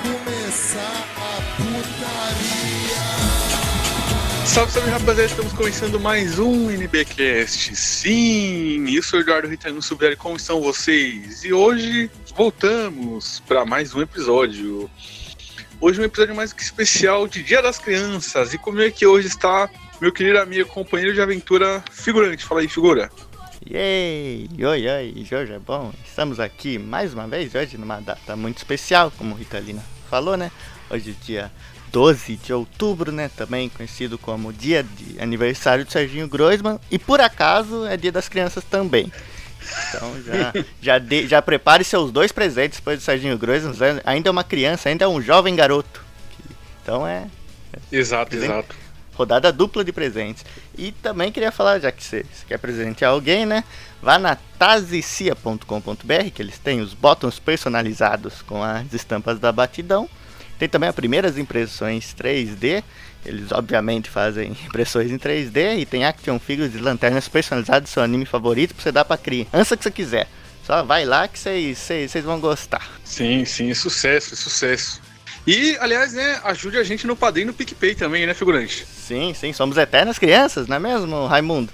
começar a putaria. Salve, salve, rapaziada, estamos começando mais um NBcast. Sim, eu sou o Eduardo Ritalino Subir, como estão vocês? E hoje voltamos para mais um episódio. Hoje um episódio mais que especial de Dia das Crianças. E comigo aqui hoje está meu querido amigo, companheiro de aventura, Figurante. Fala aí, figura. Yay! Oi, Jorge, é bom? Estamos aqui mais uma vez hoje numa data muito especial, como o Ritalina falou, né? Hoje é dia 12 de outubro, né? Também conhecido como dia de aniversário do Serginho Groisman. E por acaso é dia das crianças também. Então já prepare seus dois presentes depois do Serginho Groisman. Ainda é uma criança, ainda é um jovem garoto. Então Exato. Rodada dupla de presentes. E também queria falar, já que você quer presentear alguém, né? Vá na tazicia.com.br, que eles têm os botões personalizados com as estampas da Batidão. Tem também as primeiras impressões 3D. Eles obviamente fazem impressões em 3D. E tem action figures de lanternas personalizadas do seu anime favorito pra você dar pra criança que você quiser. Só vai lá que vocês vão gostar. Sim, sucesso. E, aliás, né, ajude a gente no Padrim e no PicPay também, né, figurante? Sim, somos eternas crianças, não é mesmo, Raimundo?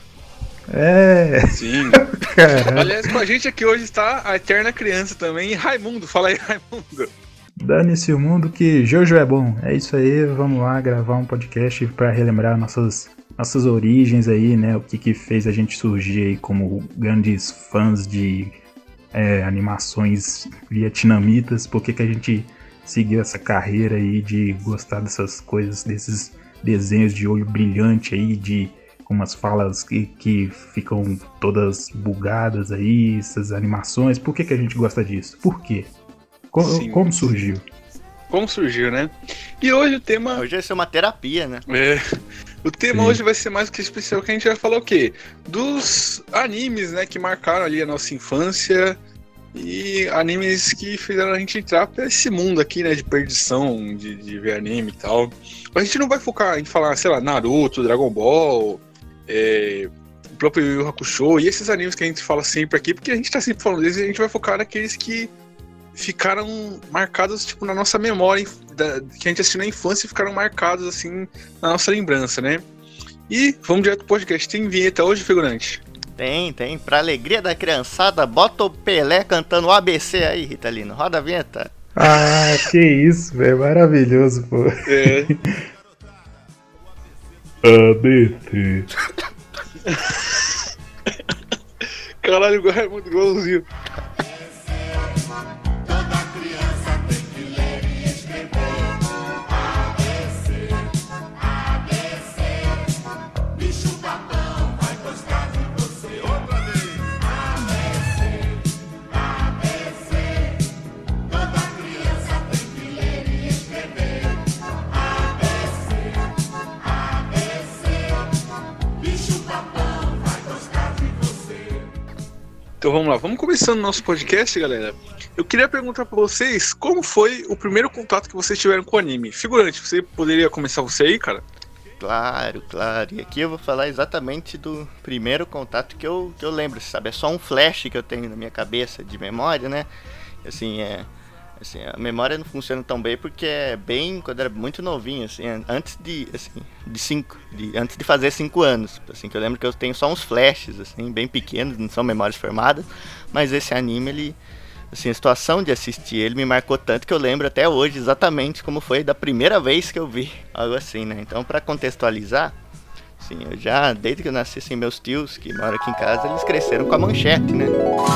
É. Sim. Caramba. Aliás, com a gente aqui hoje está a eterna criança também, Raimundo. Fala aí, Raimundo. Dane-se o mundo que Jojo é bom. É isso aí, vamos lá gravar um podcast pra relembrar nossas origens aí, né? O que fez a gente surgir aí como grandes fãs de animações vietnamitas. Por que a gente seguiu essa carreira aí de gostar dessas coisas, desses desenhos de olho brilhante aí, de umas falas que ficam todas bugadas aí, essas animações. Por que a gente gosta disso? Por quê? Como surgiu? Como surgiu, né? E hoje o tema... Hoje vai ser uma terapia, né? O tema hoje vai ser mais do que especial, que a gente vai falar o quê? Dos animes, né, que marcaram ali a nossa infância e animes que fizeram a gente entrar pra esse mundo aqui, né, de perdição, de ver anime e tal. A gente não vai focar em falar, sei lá, Naruto, Dragon Ball, o próprio Yu Yu Hakusho e esses animes que a gente fala sempre aqui, porque a gente tá sempre falando deles e a gente vai focar naqueles que ficaram marcados, tipo, na nossa memória, que a gente assistiu na infância e ficaram marcados, assim, na nossa lembrança, né? E vamos direto pro podcast. Tem vinheta hoje, figurante? Tem. Pra alegria da criançada, bota o Pelé cantando o ABC aí, Ritalino. Roda a vinheta. Ah, que isso, velho. Maravilhoso, pô. ABC. Caralho, é muito igualzinho. Então vamos lá, vamos começando o nosso podcast, galera. Eu queria perguntar pra vocês como foi o primeiro contato que vocês tiveram com o anime. Figurante, você poderia começar você aí, cara? Claro. E aqui eu vou falar exatamente do primeiro contato que eu lembro, sabe? É só um flash que eu tenho na minha cabeça de memória, né? Assim, a memória não funciona tão bem porque é bem quando era muito novinho, assim, antes de fazer 5 anos, assim, que eu lembro que eu tenho só uns flashes, assim, bem pequenos, não são memórias formadas, mas esse anime, ele, assim, a situação de assistir ele me marcou tanto que eu lembro até hoje exatamente como foi da primeira vez que eu vi, algo assim, né? Então, pra contextualizar, assim, eu já, desde que eu nasci, assim, meus tios que moram aqui em casa, eles cresceram com a Manchete, né?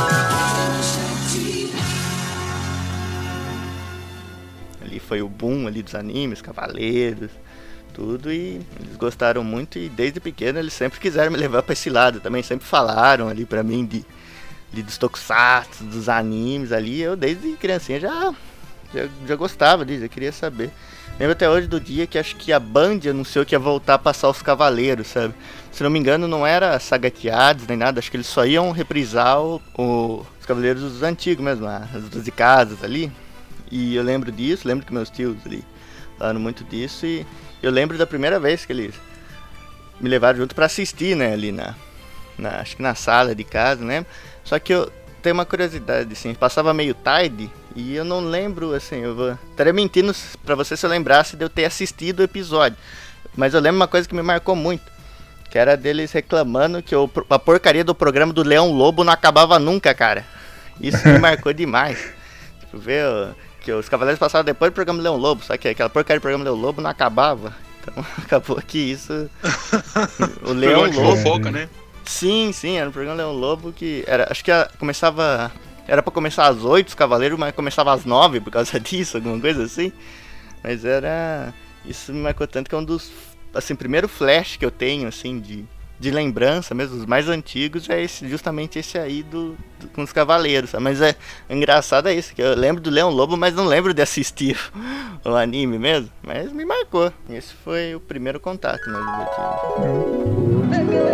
Ali foi o boom ali dos animes, Cavaleiros, tudo, e eles gostaram muito e desde pequeno eles sempre quiseram me levar pra esse lado também, sempre falaram ali pra mim dos tokusatsu, dos animes ali, eu desde criancinha já gostava disso, eu queria saber. Lembro até hoje do dia que acho que a Band anunciou que ia voltar a passar os Cavaleiros, sabe? Se não me engano não era Saga-Tiados nem nada, acho que eles só iam reprisar os Cavaleiros dos antigos mesmo, as 12 casas ali. E eu lembro disso, lembro que meus tios ali falaram muito disso e eu lembro da primeira vez que eles me levaram junto pra assistir, né, ali acho que na sala de casa, né? Só que tem uma curiosidade, assim, passava meio tarde e eu não lembro, assim, estaria mentindo pra você se eu lembrasse de eu ter assistido o episódio. Mas eu lembro uma coisa que me marcou muito, que era deles reclamando que a porcaria do programa do Leão Lobo não acabava nunca, cara. Isso me marcou demais. Tipo, ver que os Cavaleiros passavam depois do programa Leão Lobo, só que aquela porcaria do programa Leão Lobo não acabava. Então acabou que isso... o Leão Lobo... fofoca, né? Sim, era um programa Leão Lobo que era... Acho que começava... Era pra começar às 8 os Cavaleiros, mas começava às 9 por causa disso, alguma coisa assim. Mas era... Isso me marcou tanto que é um dos... Assim, primeiro flash que eu tenho, assim, de lembrança mesmo, os mais antigos, é justamente esse aí com os Cavaleiros, sabe? Mas é engraçado é isso, que eu lembro do Leão Lobo, mas não lembro de assistir o anime mesmo, mas me marcou. Esse foi o primeiro contato, né, do meu time.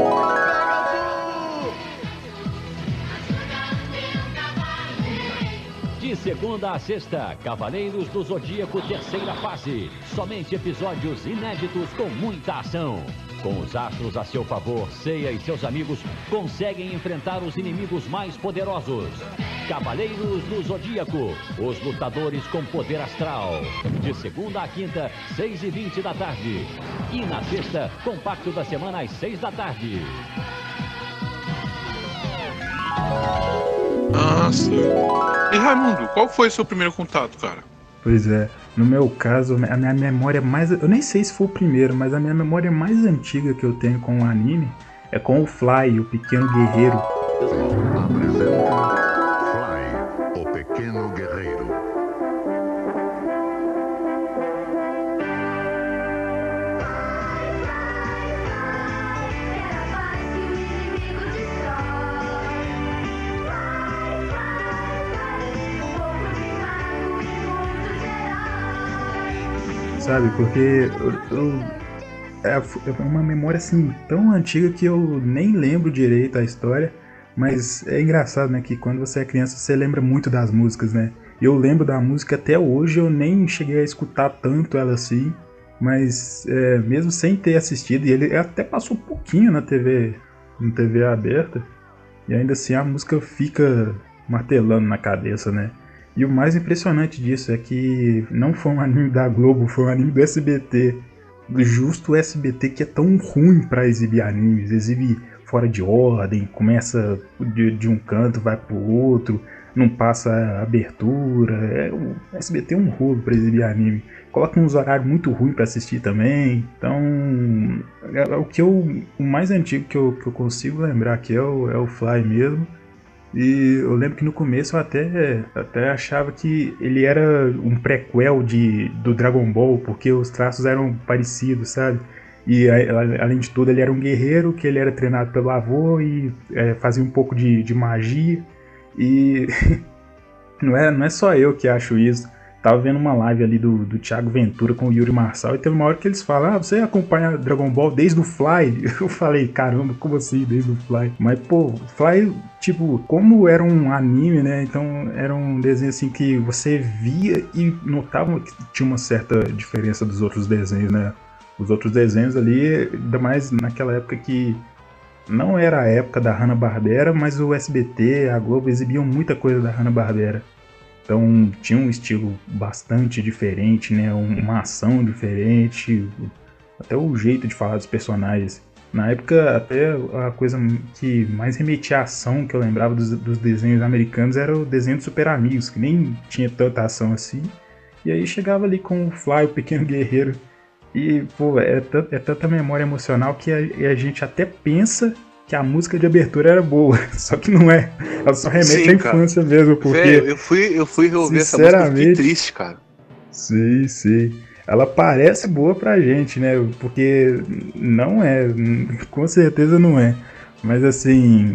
De segunda a sexta, Cavaleiros do Zodíaco, terceira fase. Somente episódios inéditos com muita ação. Com os astros a seu favor, Seiya e seus amigos conseguem enfrentar os inimigos mais poderosos. Cavaleiros do Zodíaco, os lutadores com poder astral. De segunda a quinta, 6h20 da tarde. E na sexta, compacto da semana às 6 da tarde. Nossa. E Raimundo, qual foi o seu primeiro contato, cara? Pois é, no meu caso, a minha memória mais... Eu nem sei se foi o primeiro, mas a minha memória mais antiga que eu tenho com o anime é com o Fly, o Pequeno Guerreiro. Apresenta Fly, o Pequeno Guerreiro. Sabe, porque é uma memória assim tão antiga que eu nem lembro direito a história, mas é engraçado, né, que quando você é criança você lembra muito das músicas, né? Eu lembro da música até hoje, eu nem cheguei a escutar tanto ela assim, mas mesmo sem ter assistido, e ele até passou um pouquinho na TV aberta, e ainda assim a música fica martelando na cabeça, né? E o mais impressionante disso é que não foi um anime da Globo, foi um anime do SBT. Justo o SBT que é tão ruim pra exibir animes, exibe fora de ordem, começa de um canto, vai pro outro, não passa abertura. O SBT é um rolo pra exibir anime. Coloca uns horários muito ruins pra assistir também. Então, o mais antigo que eu consigo lembrar aqui é o Fly mesmo. E eu lembro que no começo eu até achava que ele era um prequel do Dragon Ball, porque os traços eram parecidos, sabe? E além de tudo ele era um guerreiro, que ele era treinado pelo avô e fazia um pouco de magia. E não é só eu que acho isso. Tava vendo uma live ali do Thiago Ventura com o Yuri Marçal e teve uma hora que eles falam: você acompanha Dragon Ball desde o Fly? Eu falei, caramba, como assim desde o Fly? Mas pô, Fly, tipo, como era um anime, né? Então era um desenho assim que você via e notava que tinha uma certa diferença dos outros desenhos, né? Os outros desenhos ali, ainda mais naquela época que não era a época da Hanna-Barbera, mas o SBT, a Globo exibiam muita coisa da Hanna-Barbera. Então tinha um estilo bastante diferente, né? Uma ação diferente, até o jeito de falar dos personagens. Na época, até a coisa que mais remetia à ação que eu lembrava dos desenhos americanos era o desenho dos Super Amigos, que nem tinha tanta ação assim. E aí chegava ali com o Fly, o Pequeno Guerreiro. E, pô, é tanta memória emocional que a gente até pensa que a música de abertura era boa, só que não é. Ela só remete à infância mesmo, porque... Véio, eu fui reouvir essa música e fiquei triste, cara. Sim. Ela parece boa pra gente, né? Porque não é, com certeza não é. Mas assim,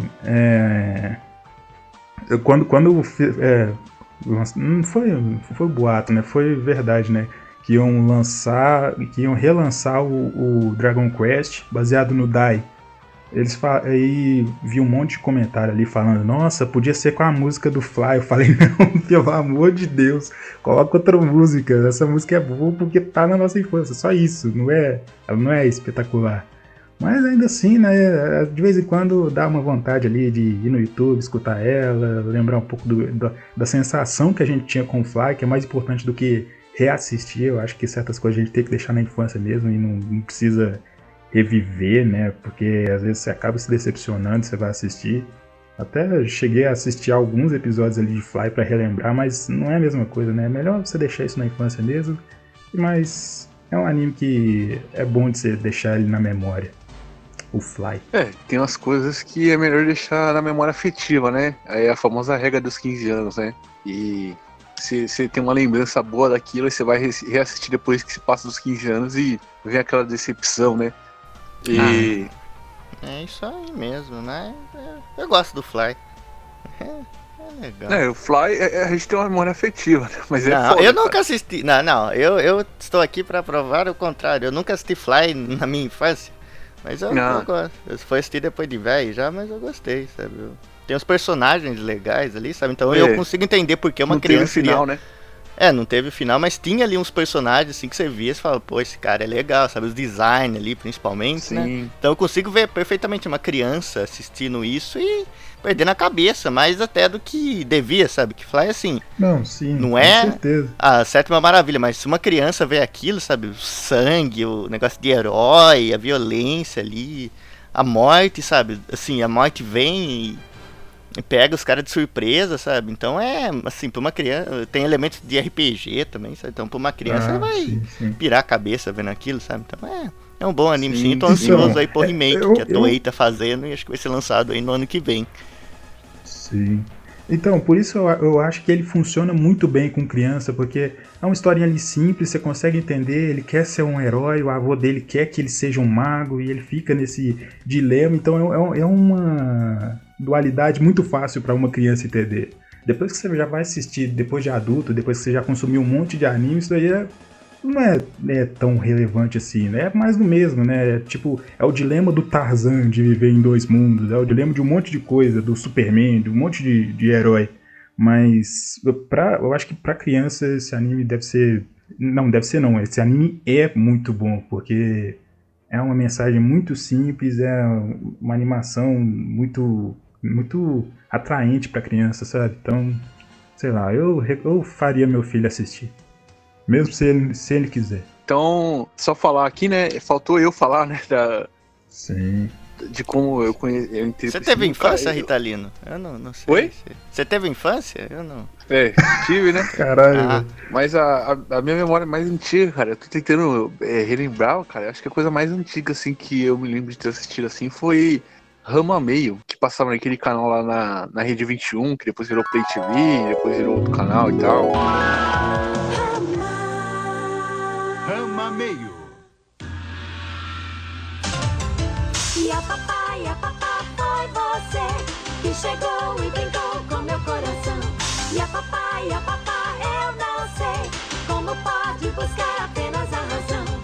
quando não foi boato, né? Foi verdade, né? Que iam relançar o Dragon Quest baseado no Dai. Aí vi um monte de comentário ali falando: nossa, podia ser com a música do Fly. Eu falei: não, pelo amor de Deus, coloca outra música. Essa música é boa porque tá na nossa infância, só isso. Ela não é espetacular. Mas ainda assim, né, de vez em quando dá uma vontade ali de ir no YouTube, escutar ela, lembrar um pouco da sensação que a gente tinha com o Fly, que é mais importante do que reassistir. Eu acho que certas coisas a gente tem que deixar na infância mesmo e não precisa reviver, né, porque às vezes você acaba se decepcionando, você vai assistir. Até cheguei a assistir alguns episódios ali de Fly pra relembrar, mas não é a mesma coisa, né? É melhor você deixar isso na infância mesmo, mas é um anime que é bom de você deixar ele na memória. O Fly. Tem umas coisas que é melhor deixar na memória afetiva, né? Aí a famosa regra dos 15 anos, né? E você tem uma lembrança boa daquilo, e você vai reassistir depois que se passa dos 15 anos e vem aquela decepção, né? E... É isso aí mesmo, né? Eu gosto do Fly. É legal. O Fly, a gente tem uma memória afetiva, né? Mas Não, foda, eu nunca assisti. Não, eu estou aqui pra provar o contrário. Eu nunca assisti Fly na minha infância. Mas eu gosto. Eu fui assistir depois de velho já, mas eu gostei, sabe? Tem uns personagens legais ali, sabe? Então eu consigo entender porque uma criança. Não teve final, né? Não teve final, mas tinha ali uns personagens assim que você via e fala, pô, esse cara é legal, sabe? Os design ali, principalmente, Sim. né? Então eu consigo ver perfeitamente uma criança assistindo isso e perdendo a cabeça, mais até do que devia, sabe? Que Fly assim. Não, sim. Não com é certeza. a sétima maravilha, mas se uma criança vê aquilo, sabe? O sangue, o negócio de herói, a violência ali, a morte, sabe? Assim, a morte vem e pega os caras de surpresa, sabe? Então assim, pra uma criança, tem elementos de RPG também, sabe? Então pra uma criança vai pirar a cabeça vendo aquilo, sabe? Então é um bom anime, sim. Tô ansioso aí pro remake que a Toei tá fazendo e acho que vai ser lançado aí no ano que vem. Sim. Então, por isso eu acho que ele funciona muito bem com criança, porque é uma historinha ali simples, você consegue entender, ele quer ser um herói, o avô dele quer que ele seja um mago, e ele fica nesse dilema, então é uma dualidade muito fácil para uma criança entender. Depois que você já vai assistir, depois de adulto, depois que você já consumiu um monte de anime, isso daí não é tão relevante assim, né? É mais do mesmo, né? É o dilema do Tarzan de viver em dois mundos, é o dilema de um monte de coisa, do Superman, de um monte de herói. Mas eu acho que pra criança esse anime deve ser... Não, deve ser não. Esse anime é muito bom, porque é uma mensagem muito simples, é uma animação muito, muito atraente pra criança, sabe? Então, sei lá, eu faria meu filho assistir. Mesmo se ele quiser. Então, só falar aqui, né? Faltou eu falar, né? Sim. De como eu Você teve infância, Ritalino? Eu não sei. Oi? Você teve infância? Eu não. Tive, né? Caralho. Mas a minha memória mais antiga, cara, eu tô tentando relembrar, cara. Acho que a coisa mais antiga, assim, que eu me lembro de ter assistido, assim, foi Rama Meio, que passava naquele canal lá na Rede 21, que depois virou Play TV, depois virou outro canal e tal. Rama Meio. E a papá foi você que chegou e brincou com meu coração. E a papá, eu não sei como pode buscar apenas a razão.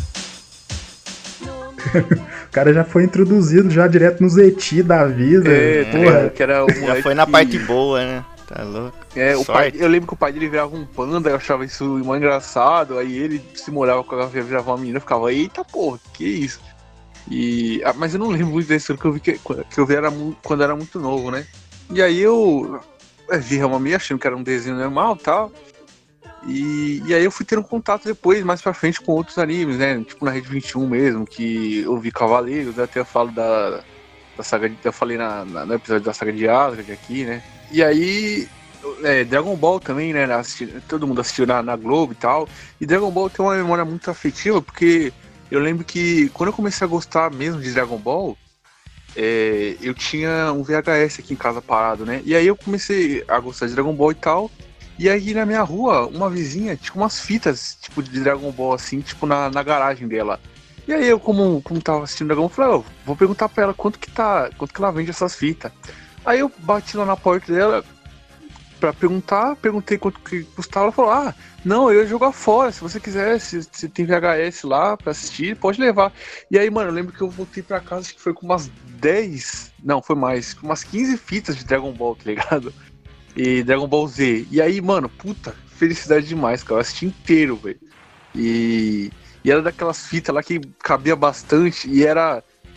O cara já foi introduzido já direto no Zeti da vida. Porra. Que era o já foi na parte boa, né? Tá louco. O pai, eu lembro que o pai dele virava um panda, eu achava isso muito engraçado. Aí ele se molhava com a virava uma menina, ficava, eita porra, que isso? Mas eu não lembro muito desse que eu vi que eu vi quando era muito novo, né? E aí eu vi Rama Meio achando que era um desenho normal e tal. E aí eu fui tendo contato depois, mais pra frente, com outros animes, né? Tipo na Rede 21 mesmo, que eu vi Cavaleiros, até eu falo da saga, eu falei no episódio da saga de Asgard aqui, né? E aí, Dragon Ball também, né? Todo mundo assistiu na Globo e tal. E Dragon Ball tem uma memória muito afetiva, porque eu lembro que quando eu comecei a gostar mesmo de Dragon Ball, eu tinha um VHS aqui em casa parado, né? E aí eu comecei a gostar de Dragon Ball e tal. E aí na minha rua, uma vizinha tinha umas fitas, tipo, de Dragon Ball, assim, tipo, na garagem dela. E aí eu, como tava assistindo Dragon Ball, falei, vou perguntar pra ela quanto que ela vende essas fitas. Aí eu bati lá na porta dela pra perguntei quanto que custava, ela falou, não, eu ia jogar fora, se você quiser, se tem VHS lá pra assistir, pode levar. E aí, mano, eu lembro que eu voltei pra casa, acho que foi com umas 10, não, foi mais, com umas 15 fitas de Dragon Ball, tá ligado? E Dragon Ball Z. E aí, mano, puta, felicidade demais, cara, eu assisti inteiro, velho. E era daquelas fitas lá que cabia bastante, e era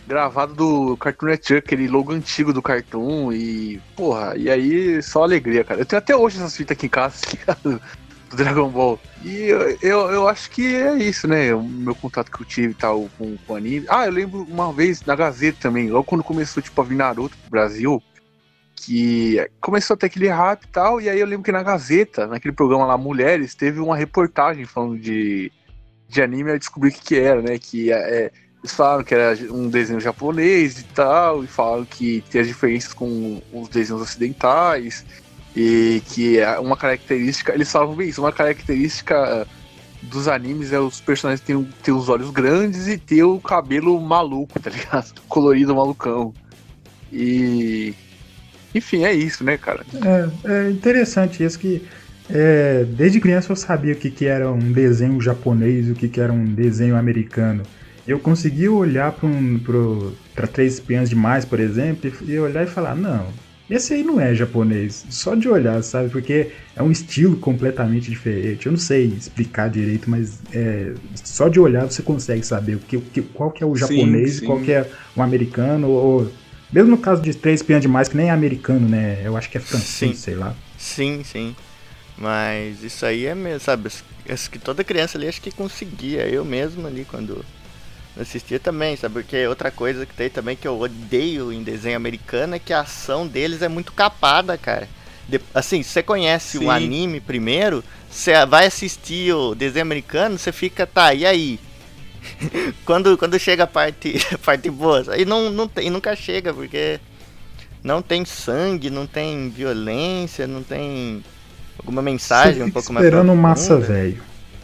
gravado do Cartoon Network, aquele logo antigo do Cartoon e, porra, e aí só alegria, cara. Eu tenho até hoje essas fitas aqui em casa, do Dragon Ball. E eu acho que é isso, né? O meu contato que eu tive tal com o anime. Ah, eu lembro uma vez na Gazeta também, logo quando começou, tipo, a vir Naruto pro Brasil, que começou a ter aquele hype e tal, e aí eu lembro que na Gazeta, naquele programa lá, Mulheres, teve uma reportagem falando de anime, eu descobri o que era, né? Que eles falaram que era um desenho japonês e tal, e falaram que tem as diferenças com os desenhos ocidentais, e que é uma característica, eles falavam bem isso, uma característica dos animes é os personagens ter os olhos grandes e ter o cabelo maluco, tá ligado? Colorido malucão. E... enfim, é isso, né, cara? É interessante isso que desde criança eu sabia o que era um desenho japonês e o que era um desenho americano. Eu conseguia olhar para Três Espiãs Demais, por exemplo, e olhar e falar, não, esse aí não é japonês, só de olhar, sabe? Porque é um estilo completamente diferente. Eu não sei explicar direito, mas só de olhar você consegue saber qual que é o japonês e qual que é o americano, ou mesmo no caso de Três Espiãs Demais, que nem é americano, né? Eu acho que é francês, sei lá. Sim. Mas isso aí é mesmo, sabe? Acho que toda criança ali acho que conseguia. Eu mesmo ali quando assistia também, sabe? Porque outra coisa que tem também que eu odeio em desenho americano é que a ação deles é muito capada, cara. Assim, se você conhece o anime primeiro, você vai assistir o desenho americano, você fica, tá, e aí? quando chega a parte boa, aí não tem, nunca chega, porque não tem sangue, não tem violência, não tem alguma mensagem um pouco mais esperando massa velho.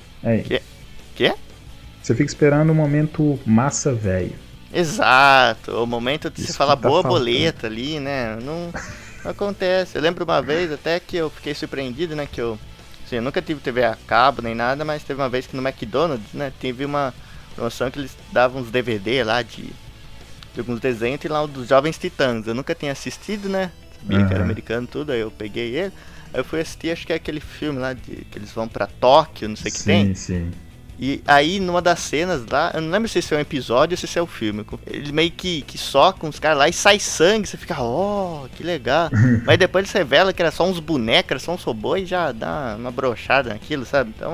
Quê? Você fica esperando o momento massa velho. Exato, o momento de você falar boa faltando. Boleta ali, né? Não acontece. Eu lembro uma vez até que eu fiquei surpreendido, né? Que eu nunca tive TV a cabo nem nada, mas teve uma vez que no McDonald's, né? Teve uma promoção que eles davam uns DVD lá de alguns desenhos e lá um dos Jovens Titãs. Eu nunca tinha assistido, né? Sabia que era americano tudo, aí eu peguei ele. Aí eu fui assistir, acho que é aquele filme lá que eles vão pra Tóquio, não sei o que tem. Sim. E aí, numa das cenas lá, eu não lembro se esse é um episódio ou se esse é o filme. Ele meio que soca uns caras lá e sai sangue, você fica, que legal. Mas depois ele se revela que era só uns bonecos, era só um robô e já dá uma brochada naquilo, sabe? Então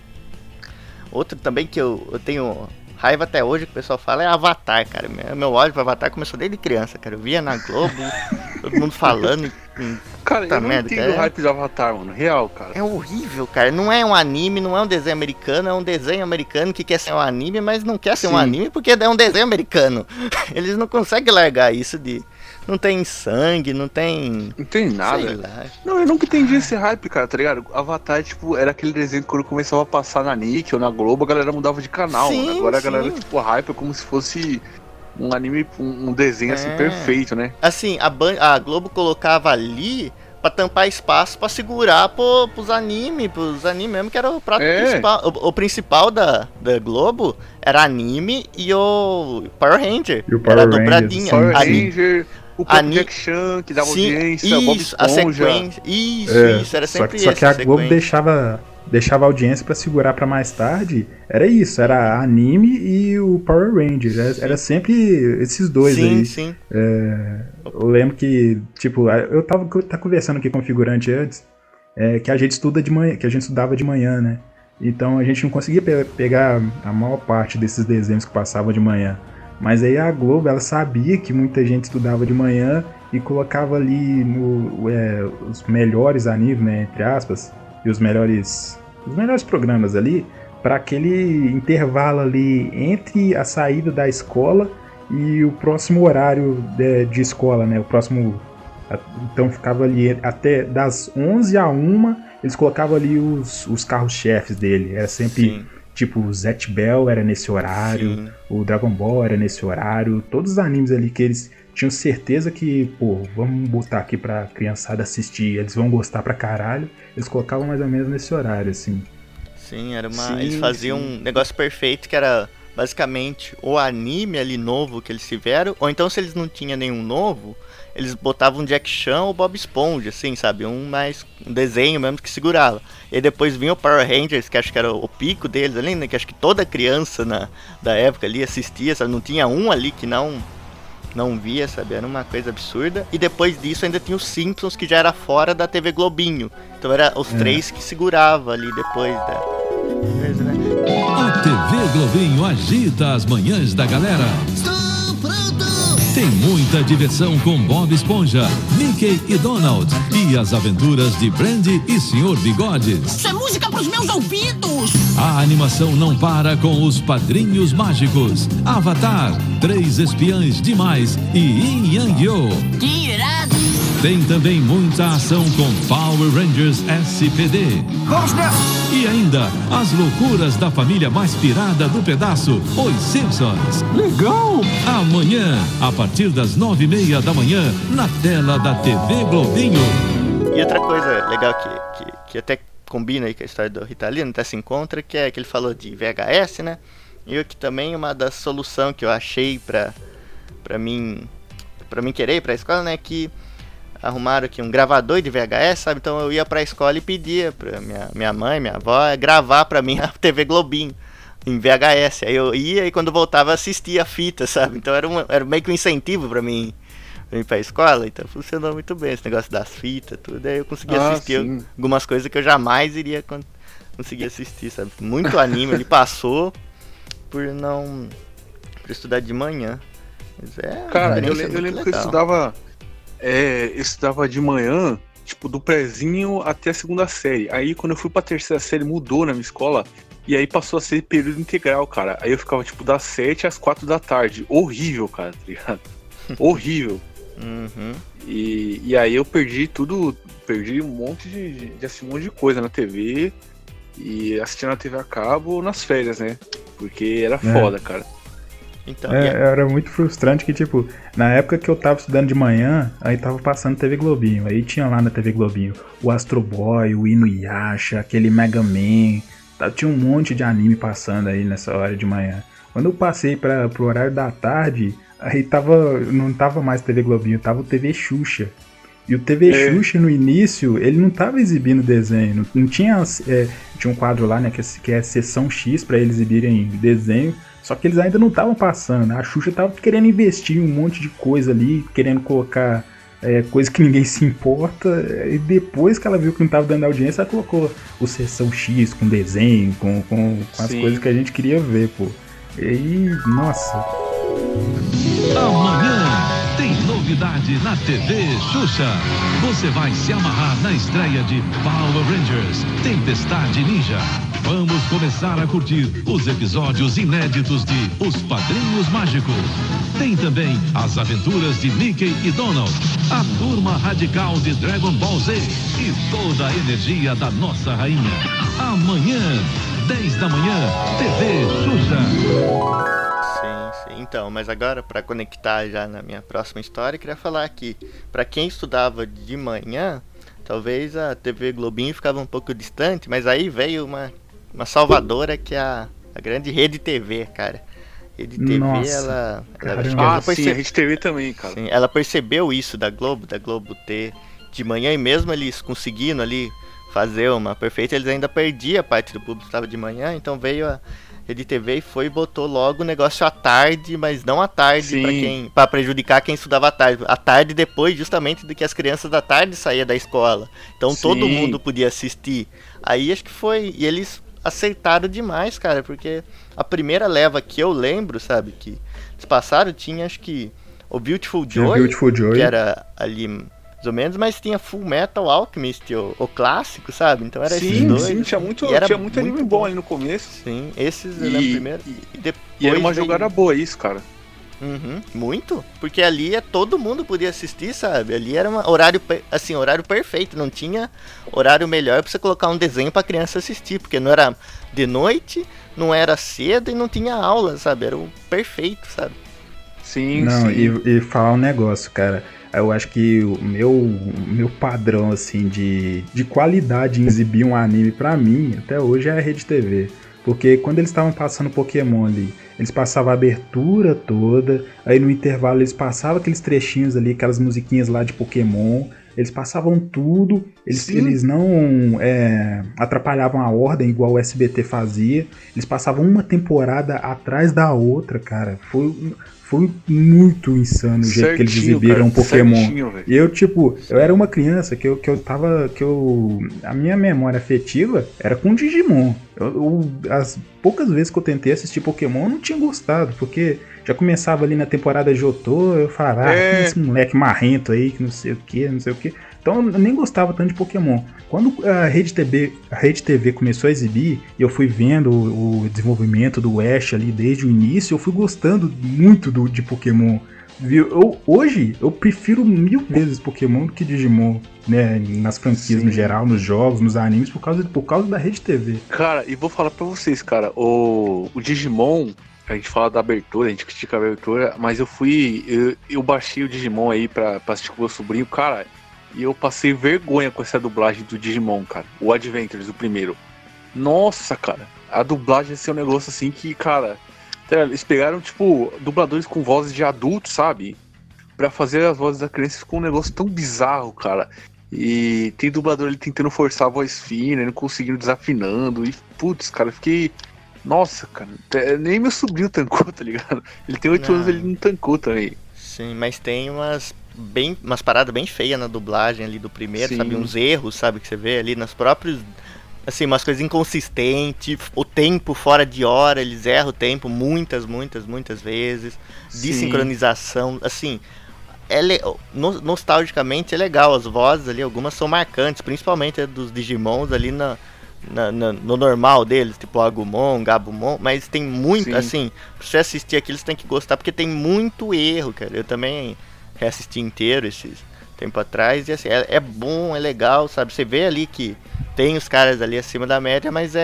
outro também que eu tenho raiva até hoje, que o pessoal fala, é Avatar, cara. Meu ódio pra Avatar começou desde criança, cara. Eu via na Globo, todo mundo falando. Cara, eu não entendo o hype do Avatar, mano. Real, cara. É horrível, cara. Não é um anime, não é um desenho americano, é um desenho americano que quer ser um anime, mas não quer ser um anime porque é um desenho americano. Eles não conseguem largar isso de... Não tem sangue, não tem... Não tem nada. Não, eu nunca entendi esse hype, cara, tá ligado? Avatar, tipo, era aquele desenho que quando começava a passar na Nick ou na Globo, a galera mudava de canal. Sim, mano. Agora sim. a galera, tipo, hype é como se fosse um anime, um desenho assim perfeito, né? Assim, a Globo colocava ali pra tampar espaço pra segurar pros animes mesmo, que era o prato principal. O principal da Globo era anime e o Power Ranger. E o Power era Rangers, dobradinha. Power Ranger, o próprio Jack Chan, que dava audiência, Bob Isso, Esponja. a sequência. Isso, era sempre isso. Só que a Globo deixava a audiência pra segurar pra mais tarde. Era isso, era anime e o Power Rangers. Era sempre esses dois aí. Sim. Eu lembro que, tipo, eu tava conversando aqui com o figurante antes, que a gente estuda de manhã, que a gente estudava de manhã, né? Então a gente não conseguia pegar a maior parte desses desenhos que passavam de manhã. Mas aí a Globo, ela sabia que muita gente estudava de manhã e colocava ali os melhores animes, né, entre aspas, e os melhores programas ali, para aquele intervalo ali entre a saída da escola e o próximo horário de escola, né, o próximo... Então ficava ali até das 11 a 1, eles colocavam ali os carros-chefes dele, era sempre... Sim. Tipo, o Zatch Bell era nesse horário, o Dragon Ball era nesse horário, todos os animes ali que eles tinham certeza que, vamos botar aqui pra criançada assistir, eles vão gostar pra caralho, eles colocavam mais ou menos nesse horário, assim. Sim, eles faziam um negócio perfeito que era basicamente o anime ali novo que eles tiveram, ou então se eles não tinham nenhum novo, eles botavam Jack Chan ou Bob Esponja, assim, sabe? Um desenho mesmo que segurava. E depois vinha o Power Rangers, que acho que era o pico deles ali, né? Que acho que toda criança da época ali assistia, sabe? Não tinha um ali que não não via, sabe? Era uma coisa absurda. E depois disso ainda tinha os Simpsons, que já era fora da TV Globinho. Então era os três que segurava ali depois da coisa, né? A TV Globinho agita as manhãs da galera. Estou pronto! Tem muita diversão com Bob Esponja, Mickey e Donald. E as aventuras de Brandy e Sr. Bigodes. Isso é música pros meus ouvidos! A animação não para com os Padrinhos Mágicos, Avatar, 3 Espiãs Demais e Yin Yang Yo. Que irado! Tem também muita ação com Power Rangers SPD. Vamos nessa! E ainda, as loucuras da família mais pirada do pedaço, os Simpsons. Legal! Amanhã, a partir das 9h30 da manhã, na tela da TV Globinho. E outra coisa legal que até combina aí com a história do Ritalino, até se encontra, que é que ele falou de VHS, né? E eu que também, uma das soluções que eu achei pra mim querer ir pra escola, né? Que arrumaram aqui um gravador de VHS, sabe? Então eu ia pra escola e pedia pra minha mãe, minha avó, gravar pra mim a TV Globinho em VHS. Aí eu ia e quando voltava assistia a fita, sabe? Então era meio que um incentivo pra mim ir pra escola. Então funcionou muito bem esse negócio das fitas, tudo. Aí eu consegui assistir algumas coisas que eu jamais iria conseguir assistir, sabe? Muito anime, ele passou por estudar de manhã. Mas cara, eu lembro que eu estudava de manhã, tipo, do prézinho até a segunda série. Aí quando eu fui pra terceira série, mudou na minha escola. E aí passou a ser período integral, cara. Aí eu ficava, tipo, das 7 às 4 da tarde. Horrível, cara, tá ligado? Horrível. Uhum. E aí eu perdi um monte de um monte de coisa na TV. E assistindo na TV a cabo nas férias, né? Porque era foda, cara. Então, era muito frustrante que, tipo, na época que eu tava estudando de manhã, aí tava passando TV Globinho. Aí tinha lá na TV Globinho o Astro Boy, o Inuyasha, aquele Mega Man. Tinha um monte de anime passando aí nessa hora de manhã. Quando eu passei pro horário da tarde, aí não tava mais TV Globinho, tava o TV Xuxa. E o TV Xuxa, no início, ele não tava exibindo desenho. Não tinha... tinha um quadro lá, né, que é Sessão X, pra eles exibirem desenho. Só que eles ainda não estavam passando. A Xuxa tava querendo investir um monte de coisa ali, querendo colocar coisa que ninguém se importa. E depois que ela viu que não tava dando audiência, ela colocou o Sessão X com desenho, com as coisas que a gente queria ver, pô. E aí, nossa. Amanhã tem novidade na TV Xuxa. Você vai se amarrar na estreia de Power Rangers Tempestade Ninja. Vamos começar a curtir os episódios inéditos de Os Padrinhos Mágicos. Tem também as aventuras de Mickey e Donald, a turma radical de Dragon Ball Z e toda a energia da nossa rainha. Amanhã, 10 da manhã, TV Xuxa. Sim. Então, mas agora, para conectar já na minha próxima história, eu queria falar que, para quem estudava de manhã, talvez a TV Globinho ficava um pouco distante, mas aí veio uma salvadora, que é a grande Rede TV, cara. Rede TV, Nossa, sim, a Rede TV também, cara. Sim, ela percebeu isso da Globo ter de manhã, e mesmo eles conseguindo ali fazer uma perfeita, eles ainda perdiam a parte do público que estava de manhã, então veio a Rede TV e botou logo o negócio à tarde, mas não à tarde para prejudicar quem estudava à tarde. À tarde, depois justamente do que as crianças da tarde saíam da escola. Então todo mundo podia assistir. Aí acho que foi... E eles acertaram demais, cara, porque a primeira leva que eu lembro, sabe, que eles passaram, tinha acho que o Beautiful Joy, que era ali mais ou menos, mas tinha Full Metal Alchemist, o clássico, sabe? Então era esses dois. Sim, tinha muito anime bom ali no começo. Sim, esses eu lembro primeiro. E era uma jogada boa isso, cara. Muito, porque ali todo mundo podia assistir, sabe? Ali era horário perfeito, não tinha horário melhor pra você colocar um desenho pra criança assistir, porque não era de noite, não era cedo e não tinha aula, sabe? Era o perfeito, sabe? Sim, não, sim. E falar um negócio, cara, eu acho que o meu padrão, assim, de qualidade em exibir um anime pra mim, até hoje, é a Rede TV. Porque quando eles estavam passando Pokémon ali, eles passavam a abertura toda, aí no intervalo eles passavam aqueles trechinhos ali, aquelas musiquinhas lá de Pokémon, eles passavam tudo, eles não atrapalhavam a ordem igual o SBT fazia, eles passavam uma temporada atrás da outra, cara. Foi foi muito insano o jeito que eles exibiram o Pokémon. Certinho, E eu era uma criança a minha memória afetiva era com Digimon. As poucas vezes que eu tentei assistir Pokémon, eu não tinha gostado, porque já começava ali na temporada Jotô, eu falava, esse moleque marrento aí, que não sei o que. Então eu nem gostava tanto de Pokémon. Quando a Rede TV começou a exibir, e eu fui vendo o desenvolvimento do Ash ali desde o início, eu fui gostando muito de Pokémon. Hoje eu prefiro 1000 vezes Pokémon do que Digimon, né? Nas franquias no geral, nos jogos, nos animes, por causa da Rede TV. Cara, e vou falar pra vocês, cara, o Digimon, a gente fala da abertura, a gente critica a abertura, mas eu baixei o Digimon aí pra assistir com o meu sobrinho, cara, e eu passei vergonha com essa dublagem do Digimon, cara. O Adventures, o primeiro. Nossa, cara, a dublagem é um negócio assim que, cara, eles pegaram, tipo, dubladores com vozes de adultos, sabe? Pra fazer as vozes da criança com um negócio tão bizarro, cara. E tem dublador ali tentando forçar a voz fina, não conseguindo, desafinando. E, putz, cara, eu fiquei... Nossa, cara, nem meu sobrinho tancou, tá ligado? Ele tem 8 anos, ele não tancou também. Sim, mas tem umas paradas bem feias na dublagem ali do primeiro, Sim. sabe? Uns erros, sabe? Que você vê ali nos próprios... Assim, umas coisas inconsistentes, o tempo fora de hora, eles erram o tempo muitas vezes. Desincronização, assim... nostalgicamente é legal, as vozes ali, algumas são marcantes, principalmente a dos Digimons ali no normal deles, tipo Agumon, Gabumon, mas tem muito, Sim. assim, pra você assistir aquilo você tem que gostar, porque tem muito erro, cara. Eu também reassisti inteiro esses tempo atrás, e assim, é bom, é legal, sabe? Você vê ali que tem os caras ali acima da média, mas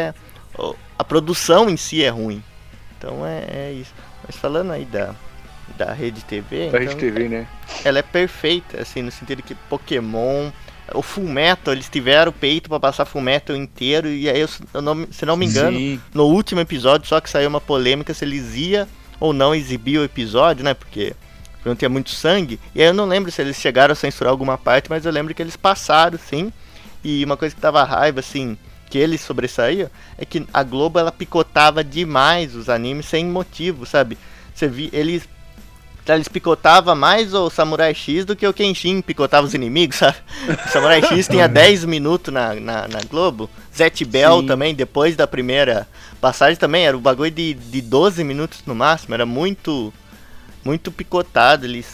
a produção em si é ruim. Então é isso. Mas falando aí da Rede TV, Da Rede TV, né? ela é perfeita, assim, no sentido que Pokémon, o Fullmetal, eles tiveram o peito pra passar Fullmetal inteiro, e aí, se não me engano, Sim. no último episódio só que saiu uma polêmica se eles iam ou não exibir o episódio, né, porque não tinha muito sangue, e aí eu não lembro se eles chegaram a censurar alguma parte, mas eu lembro que eles passaram, sim, e uma coisa que dava raiva, assim, que eles sobressaíam, é que a Globo, ela picotava demais os animes sem motivo, sabe? Você via, eles picotavam mais o Samurai X do que o Kenshin picotava os inimigos, sabe? O Samurai X tinha 10 minutos na Globo. Zet Bell também, depois da primeira passagem também, era o bagulho de 12 minutos no máximo, era muito picotado, eles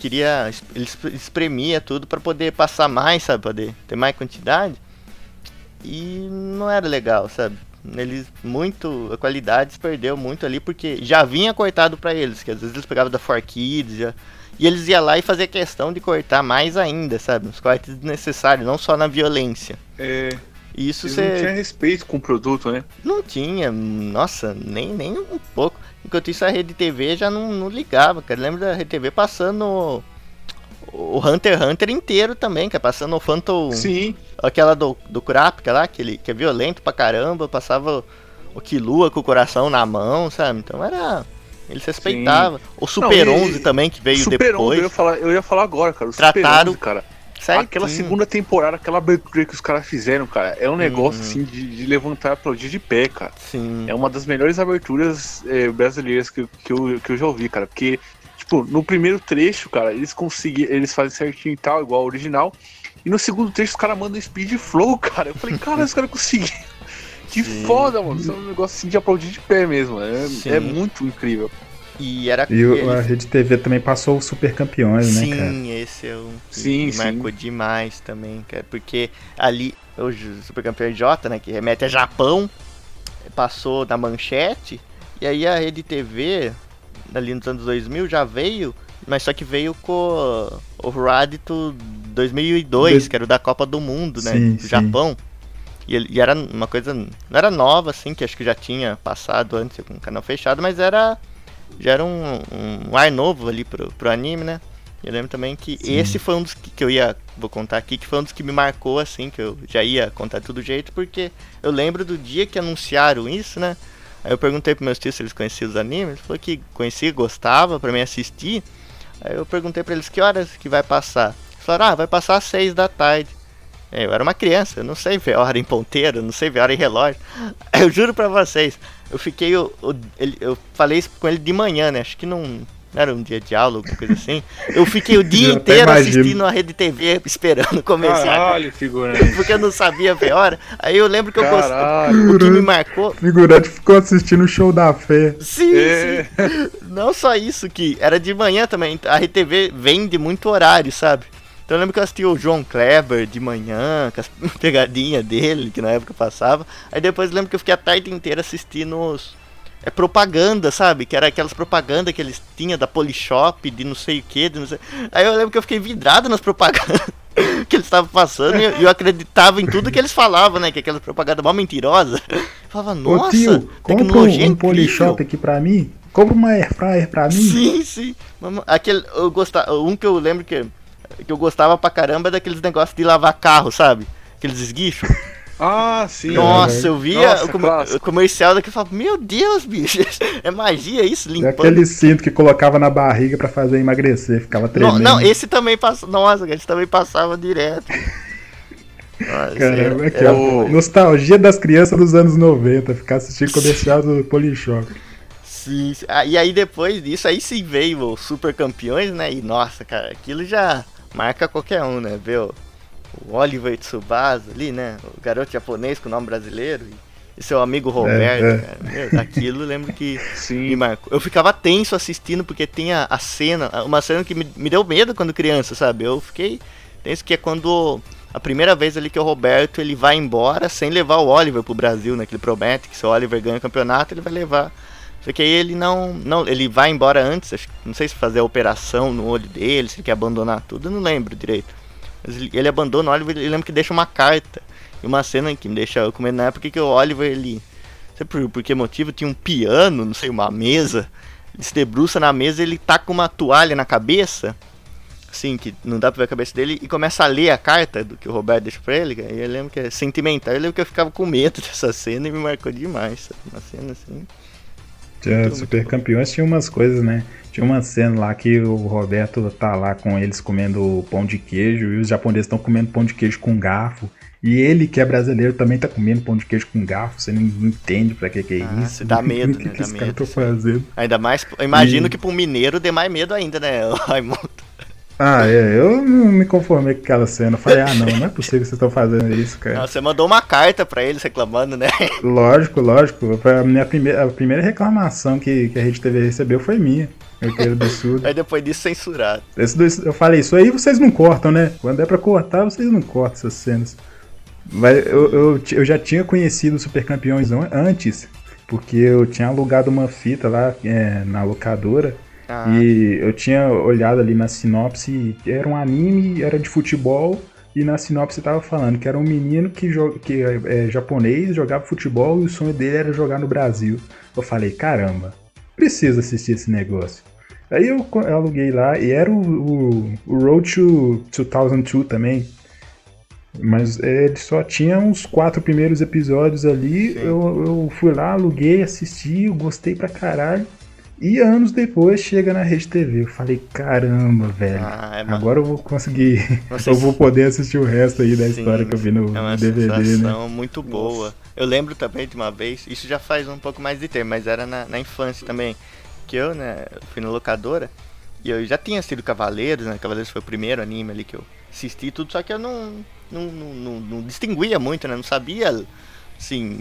espremia tudo pra poder passar mais, sabe? Pra poder ter mais quantidade. E não era legal, sabe? A qualidade se perdeu muito ali, porque já vinha cortado pra eles, que às vezes eles pegavam da 4Kids, e eles iam lá e faziam questão de cortar mais ainda, sabe? Os cortes desnecessários, não só na violência. E isso não tinha respeito com o produto, né? Não tinha, nossa, nem um pouco. Enquanto isso a Rede TV já não ligava, cara. Lembro da Rede TV passando o Hunter x Hunter inteiro também, cara, passando o Phantom... Sim. Aquela do Kurapika lá, que é violento pra caramba, passava o Killua com o coração na mão, sabe? Então eles respeitavam. O Super 11 também, que veio Super depois. 11, eu ia falar agora, cara. O Trataram, Super 11, cara. certinho. Aquela segunda temporada, aquela abertura que os caras fizeram, cara, é um negócio assim de levantar e aplaudir de pé, cara. Sim. É uma das melhores aberturas brasileiras que eu já ouvi, cara. Porque, tipo, no primeiro trecho, cara, eles fazem certinho e tal, igual ao original. E no segundo trecho os caras mandam speed flow, cara. Eu falei, cara, os caras conseguiram. Que foda, mano. Isso é um negócio assim de aplaudir de pé mesmo. É muito incrível. E a Rede TV também passou os Super Campeões, né, cara? Sim, esse é o que marcou demais também, cara. Porque ali, o Super Campeão J, né, que remete a Japão, passou na manchete. E aí a Rede TV, ali nos anos 2000, já veio, mas só que veio com o Radito 2002, que era o da Copa do Mundo, né, do Japão. E era uma coisa, não era nova, assim, que acho que já tinha passado antes com o canal fechado, mas já era um ar novo ali pro anime, né. Eu lembro também que esse foi um dos que vou contar aqui, que foi um dos que me marcou, assim, que eu já ia contar tudo jeito, porque eu lembro do dia que anunciaram isso, né. Aí eu perguntei pros meus tios se eles conheciam os animes, eles falaram que conhecia, gostava, pra mim assistir. Aí eu perguntei pra eles que horas que vai passar. Eles falaram, vai passar às 6 da tarde. Eu era uma criança, eu não sei ver hora em ponteiro, não sei ver hora em relógio. Eu juro pra vocês, eu fiquei, eu falei isso com ele de manhã, né, acho que não não era um dia de aula, alguma coisa assim. Eu fiquei o dia Eu até inteiro imagino. assistindo a Rede TV, esperando começar. Caralho, figurante. Porque eu não sabia ver a hora. Aí eu lembro que eu gostei. Caralho. O que me marcou. O figurante ficou assistindo o show da fé. Sim, É. sim. Não só isso, que era de manhã também. A RTV vende muito horário, sabe? Então eu lembro que eu assisti o João Kleber de manhã, com as pegadinhas dele, que na época passava. Aí depois eu lembro que eu fiquei a tarde inteira assistindo propaganda, sabe? Que era aquelas propagandas que eles tinham da Polishop, de não sei o que, de não sei... Aí eu lembro que eu fiquei vidrado nas propagandas que eles estavam passando e eu acreditava em tudo que eles falavam, né? Que aquelas propagandas mal mentirosas. Eu falava, nossa, Ô tio, compra tecnologia um incrível. Polishop aqui pra mim. Compra uma Airfryer pra mim. Sim, sim. Aquele, eu gostava, um que eu lembro que eu gostava pra caramba é daqueles negócios de lavar carro, sabe? Aqueles esguichos. Ah, sim. Nossa, eu via Nossa, o clássico. comercial daqui e falava, meu Deus, bicho, é magia isso, É limpando. aquele cinto que colocava na barriga pra fazer emagrecer, ficava tremendo. Não, esse também passava, nossa, esse também passava direto. Nossa, Caramba, aqui, era ó, nostalgia das crianças dos anos 90, ficar assistindo comercial do Polishop. sim, sim. Ah, e aí depois disso, aí sim veio o Super Campeões, né? E nossa, cara, aquilo já marca qualquer um, né? Ver o Oliver Tsubasa ali, né? O garoto japonês com nome brasileiro. E seu amigo Roberto, cara. Meu, aquilo eu lembro que Sim. me marcou. Eu ficava tenso assistindo porque tinha a cena, uma cena que me deu medo quando criança, sabe? Eu fiquei tenso, que é quando a primeira vez ali que o Roberto ele vai embora sem levar o Oliver pro Brasil, né? Que ele promete que se o Oliver ganha o campeonato, ele vai levar. Só que aí ele não, ele vai embora antes, acho, não sei se fazer a operação no olho dele, se ele quer abandonar tudo, eu não lembro direito. Mas ele abandona o Oliver, ele lembra que deixa uma carta. E uma cena que me deixa com medo na época que o Oliver, ele, não sei por que motivo, tinha um piano, não sei, uma mesa. Ele se debruça na mesa e ele tá com uma toalha na cabeça, assim, que não dá pra ver a cabeça dele, e começa a ler a carta do que o Roberto deixa pra ele, cara. E eu lembro que é sentimental, eu lembro que eu ficava com medo dessa cena e me marcou demais, sabe? Uma cena assim. Tinha Super Campeões, tinha umas coisas, né? Tinha uma cena lá que o Roberto tá lá com eles comendo pão de queijo e os japoneses estão comendo pão de queijo com garfo. E ele, que é brasileiro, também tá comendo pão de queijo com garfo. Você não entende pra que é isso. Dá medo, O que né? que Dá esse medo, cara tá sim. fazendo? Ainda mais, eu imagino que pro mineiro dê mais medo ainda, né, Raimundo? Ah, eu não me conformei com aquela cena. Eu falei, não é possível que vocês estão fazendo isso, cara. Não, você mandou uma carta pra eles reclamando, né? Lógico. A primeira reclamação que a Rede TV recebeu foi minha. Aquele absurdo. Aí depois disso censurado. Eu falei, isso aí vocês não cortam, né? Quando é pra cortar, vocês não cortam essas cenas. Mas eu já tinha conhecido o Super Campeões antes, porque eu tinha alugado uma fita lá na locadora. E eu tinha olhado ali na sinopse, era um anime, era de futebol, e na sinopse tava falando que era um menino que é japonês, jogava futebol e o sonho dele era jogar no Brasil. Eu falei, caramba, preciso assistir esse negócio. Aí eu aluguei lá, e era o Road to 2002 também, mas ele só tinha uns 4 primeiros episódios ali. Eu fui lá, aluguei, assisti, eu gostei pra caralho. E anos depois chega na Rede TV. Eu falei, caramba, velho. Agora eu vou conseguir. Eu vou poder assistir o resto aí da história que eu vi no DVD. É uma sensação né? muito boa. Eu lembro também de uma vez, isso já faz um pouco mais de tempo, mas era na infância também. Que eu, né, fui na locadora e eu já tinha assistido Cavaleiros, né? Cavaleiros foi o primeiro anime ali que eu assisti tudo, só que eu não distinguia muito, né? Não sabia, assim,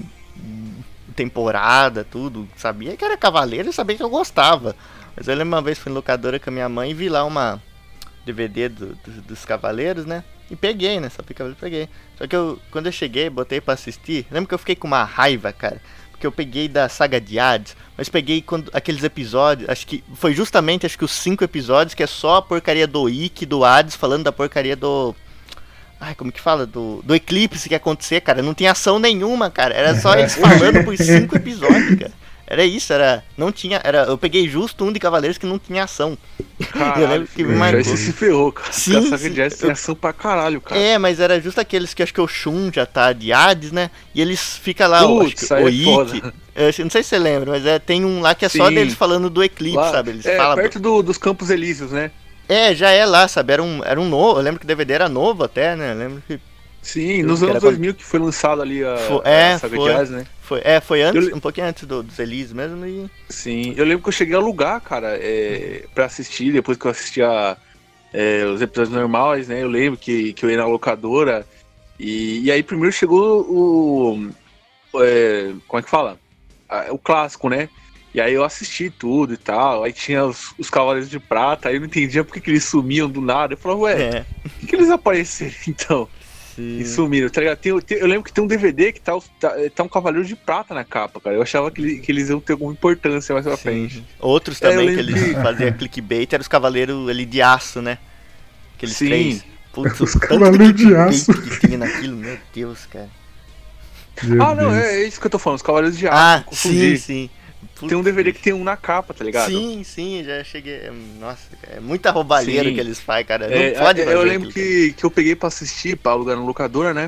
temporada, tudo. Sabia que era Cavaleiro e sabia que eu gostava. Mas eu lembro uma vez fui na locadora com a minha mãe e vi lá uma DVD dos Cavaleiros, né? E peguei, né? Só Cavaleiro, peguei. Só que quando eu cheguei, botei pra assistir. Lembro que eu fiquei com uma raiva, cara. Porque eu peguei da saga de Hades, mas peguei aqueles episódios, acho que foi justamente os 5 episódios que é só a porcaria do Ikki, do Hades, falando da porcaria do... Ai, como que fala? Do eclipse que ia acontecer, cara. Não tinha ação nenhuma, cara. Era só eles falando por 5 episódios, cara. Era isso, não tinha, eu peguei justo um de Cavaleiros que não tinha ação. Caralho, eu lembro que me marcou. Esse se ferrou, cara. Sim, A saga de Hades tem ação pra caralho, cara. É, mas era justo aqueles que acho que o Shun já tá de Hades, né? E eles ficam lá, Putz, o Ikki. Não sei se você lembra, mas tem um lá que é só deles falando do eclipse, lá, sabe? Eles falam perto dos Campos Elíseos, né? É, já é lá, sabe? Era um novo. Eu lembro que o DVD era novo até, né? Eu lembro que Sim, nos anos 2000 que foi lançado ali a Saga de Hades, né? Foi antes, um pouquinho antes dos Elise mesmo. E... Sim, eu lembro que eu cheguei a alugar, cara, pra assistir, depois que eu assistia os episódios normais, né? Eu lembro que eu ia na locadora e aí primeiro chegou como é que fala? O clássico, né? E aí eu assisti tudo e tal, aí tinha os Cavaleiros de Prata, aí eu não entendia porque que eles sumiam do nada. Eu falava, por que eles apareceram então? Sim. E sumiram, tá ligado? Eu lembro que tem um DVD que tá um Cavaleiro de Prata na capa, cara. Eu achava que eles iam ter alguma importância mais pra frente. Outros também que eles faziam clickbait eram os Cavaleiros ali de aço, né? Aqueles três. Putz, os Cavaleiros de aço que tinha naquilo, meu Deus, cara. Não, é isso que eu tô falando, os Cavaleiros de Aço. Sim. Puta. Tem um DVD que tem um na capa, tá ligado? Sim, já cheguei. Nossa, é muita roubalheira que eles fazem, cara. Não pode fazer. Eu lembro que eu peguei pra assistir, pra alugar na locadora, né?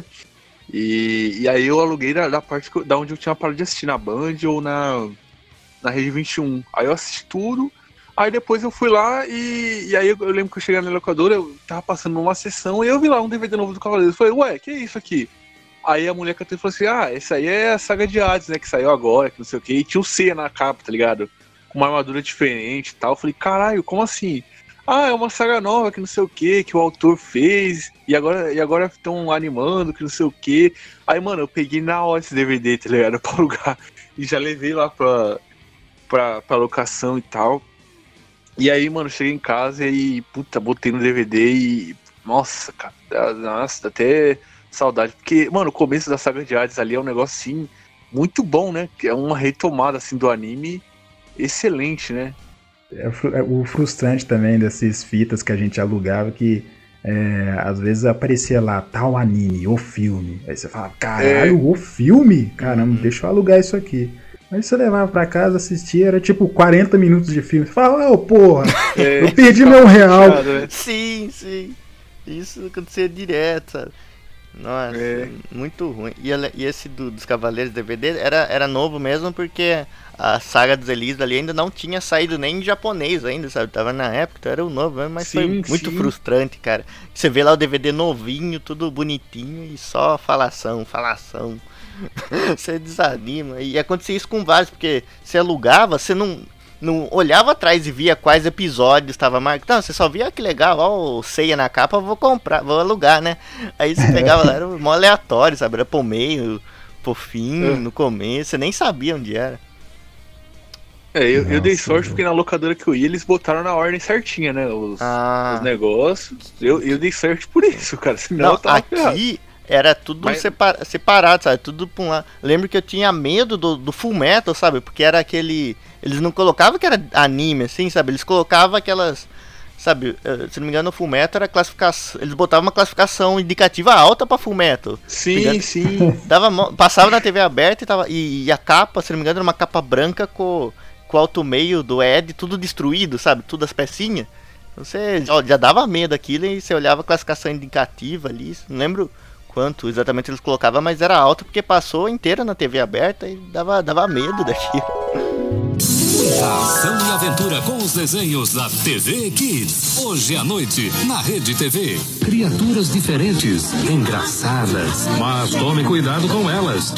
E aí eu aluguei da parte da onde eu tinha parado de assistir, na Band ou na Rede 21. Aí eu assisti tudo, aí depois eu fui lá e aí eu lembro que eu cheguei na locadora, eu tava passando numa sessão e eu vi lá um DVD novo do Cavaleiro. Eu falei, que é isso aqui? Aí a mulher cantou e falou assim, esse aí é a Saga de Hades, né, que saiu agora, que não sei o que, e tinha o C na capa, tá ligado? Com uma armadura diferente e tal. Eu falei, caralho, como assim? É uma saga nova, que não sei o que o autor fez, e agora estão animando, que não sei o que. Aí, mano, eu peguei na hora esse DVD, tá ligado? Pra alugar, e já levei lá pra locação e tal. E aí, mano, cheguei em casa e, botei no DVD e, nossa, cara, até... saudade, porque, mano, o começo da Saga de Hades ali é um negócio, assim, muito bom, né? É uma retomada, assim, do anime excelente, né? O frustrante também dessas fitas que a gente alugava, que às vezes aparecia lá, tal anime, o filme. Aí você fala, caralho, o filme? Caramba, deixa eu alugar isso aqui. Aí você levava pra casa, assistia, era tipo 40 minutos de filme. Você fala, porra, eu perdi meu real. Né? Sim. Isso acontecia direto, sabe? Nossa, muito ruim. E esse dos Cavaleiros DVD era novo mesmo, porque a saga dos Elise ali ainda não tinha saído nem em japonês ainda, sabe? Tava na época, então era o novo mesmo, mas foi muito frustrante, cara. Você vê lá o DVD novinho, tudo bonitinho e só falação. Você desanima. E acontecia isso com vários, porque você alugava, você não olhava atrás e via quais episódios estava marcado. Não, você só via que legal, o Seiya na capa, vou alugar, né? Aí você pegava lá, era mó aleatório, sabe? Era pro meio, pro fim, no começo, você nem sabia onde era. Eu dei sorte porque na locadora que eu ia, eles botaram na ordem certinha, né? Os negócios. Eu dei sorte por isso, cara. Senão eu tava aqui era tudo separado, sabe? Tudo pra um lado. Lembro que eu tinha medo do Fullmetal, sabe? Porque era aquele... Eles não colocavam que era anime, assim, sabe? Eles colocavam aquelas... Sabe? Se não me engano, o Fullmetal era classificação... Eles botavam uma classificação indicativa alta pra Fullmetal. Sim. Passava na TV aberta e a capa, se não me engano, era uma capa branca com o alto meio do Ed, tudo destruído, sabe? Tudo as pecinhas. Você já dava medo aquilo e você olhava a classificação indicativa ali. Não lembro quanto exatamente eles colocavam, mas era alto porque passou inteira na TV aberta e dava medo daquilo. Ação e aventura com os desenhos da TV Kids. Hoje à noite, na Rede TV. Criaturas diferentes, engraçadas, mas tome cuidado com elas.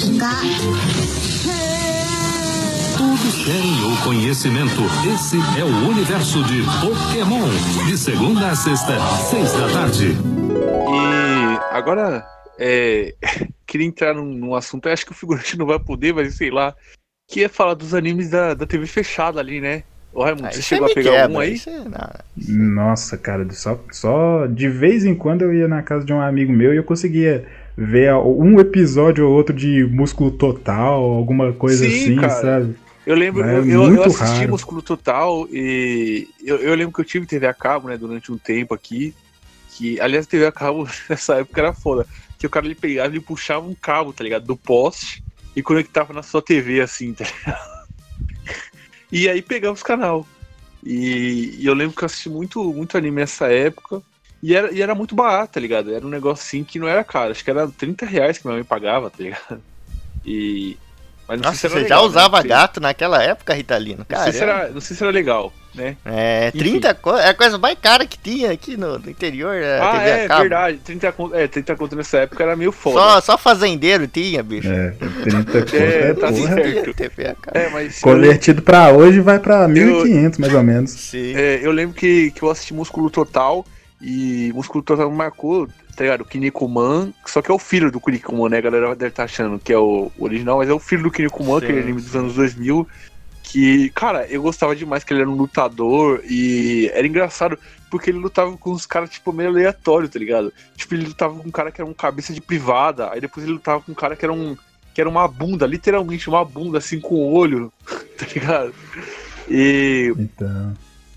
Todos querem o conhecimento. Esse é o universo de Pokémon. De segunda a sexta, 6 da tarde. E agora, queria entrar num assunto, eu acho que o figurante não vai poder, mas sei lá, que é falar dos animes da TV fechada ali, né? Ô Raimundo, você chegou a pegar algum aí? Nossa, cara, só de vez em quando eu ia na casa de um amigo meu e eu conseguia ver um episódio ou outro de Músculo Total, alguma coisa assim, cara. Sabe? Eu lembro, eu assisti Músculo Total e eu lembro que eu tive TV a cabo, né, durante um tempo aqui, que, aliás, TV a cabo nessa época era foda, que o cara ele pegava e puxava um cabo, tá ligado, do poste e conectava na sua TV, assim, tá ligado? E aí pegava os canal. E eu lembro que eu assisti muito anime nessa época. E era muito barato, tá ligado? Era um negócio assim que não era caro. Acho que era R$30 que minha mãe pagava, tá ligado? Mas não sei se era legal, já usava, né? Gato naquela época, Ritalino? Não sei se era legal. né? 30 conto. É a coisa mais cara que tinha aqui no interior. TV a cabo. Verdade. 30 conto nessa época era meio foda. Só fazendeiro tinha, bicho. 30 conto tá porra. certo. TV a cabo. Mas Convertido pra hoje vai pra 1.500, mais ou menos. Sim. eu lembro que eu assisti Músculo Total e Músculo Total me marcou, tá ligado? O Kinnikuman, só que é o filho do Kinnikuman, né? A galera deve estar achando que é o original, mas é o filho do Kinnikuman, aquele anime dos anos 2000. Que, cara, eu gostava demais que ele era um lutador e era engraçado porque ele lutava com uns caras, tipo, meio aleatório, tá ligado? Tipo, ele lutava com um cara que era um cabeça de privada, aí depois ele lutava com um cara que era uma bunda, literalmente uma bunda, assim, com o olho, tá ligado? E... Então...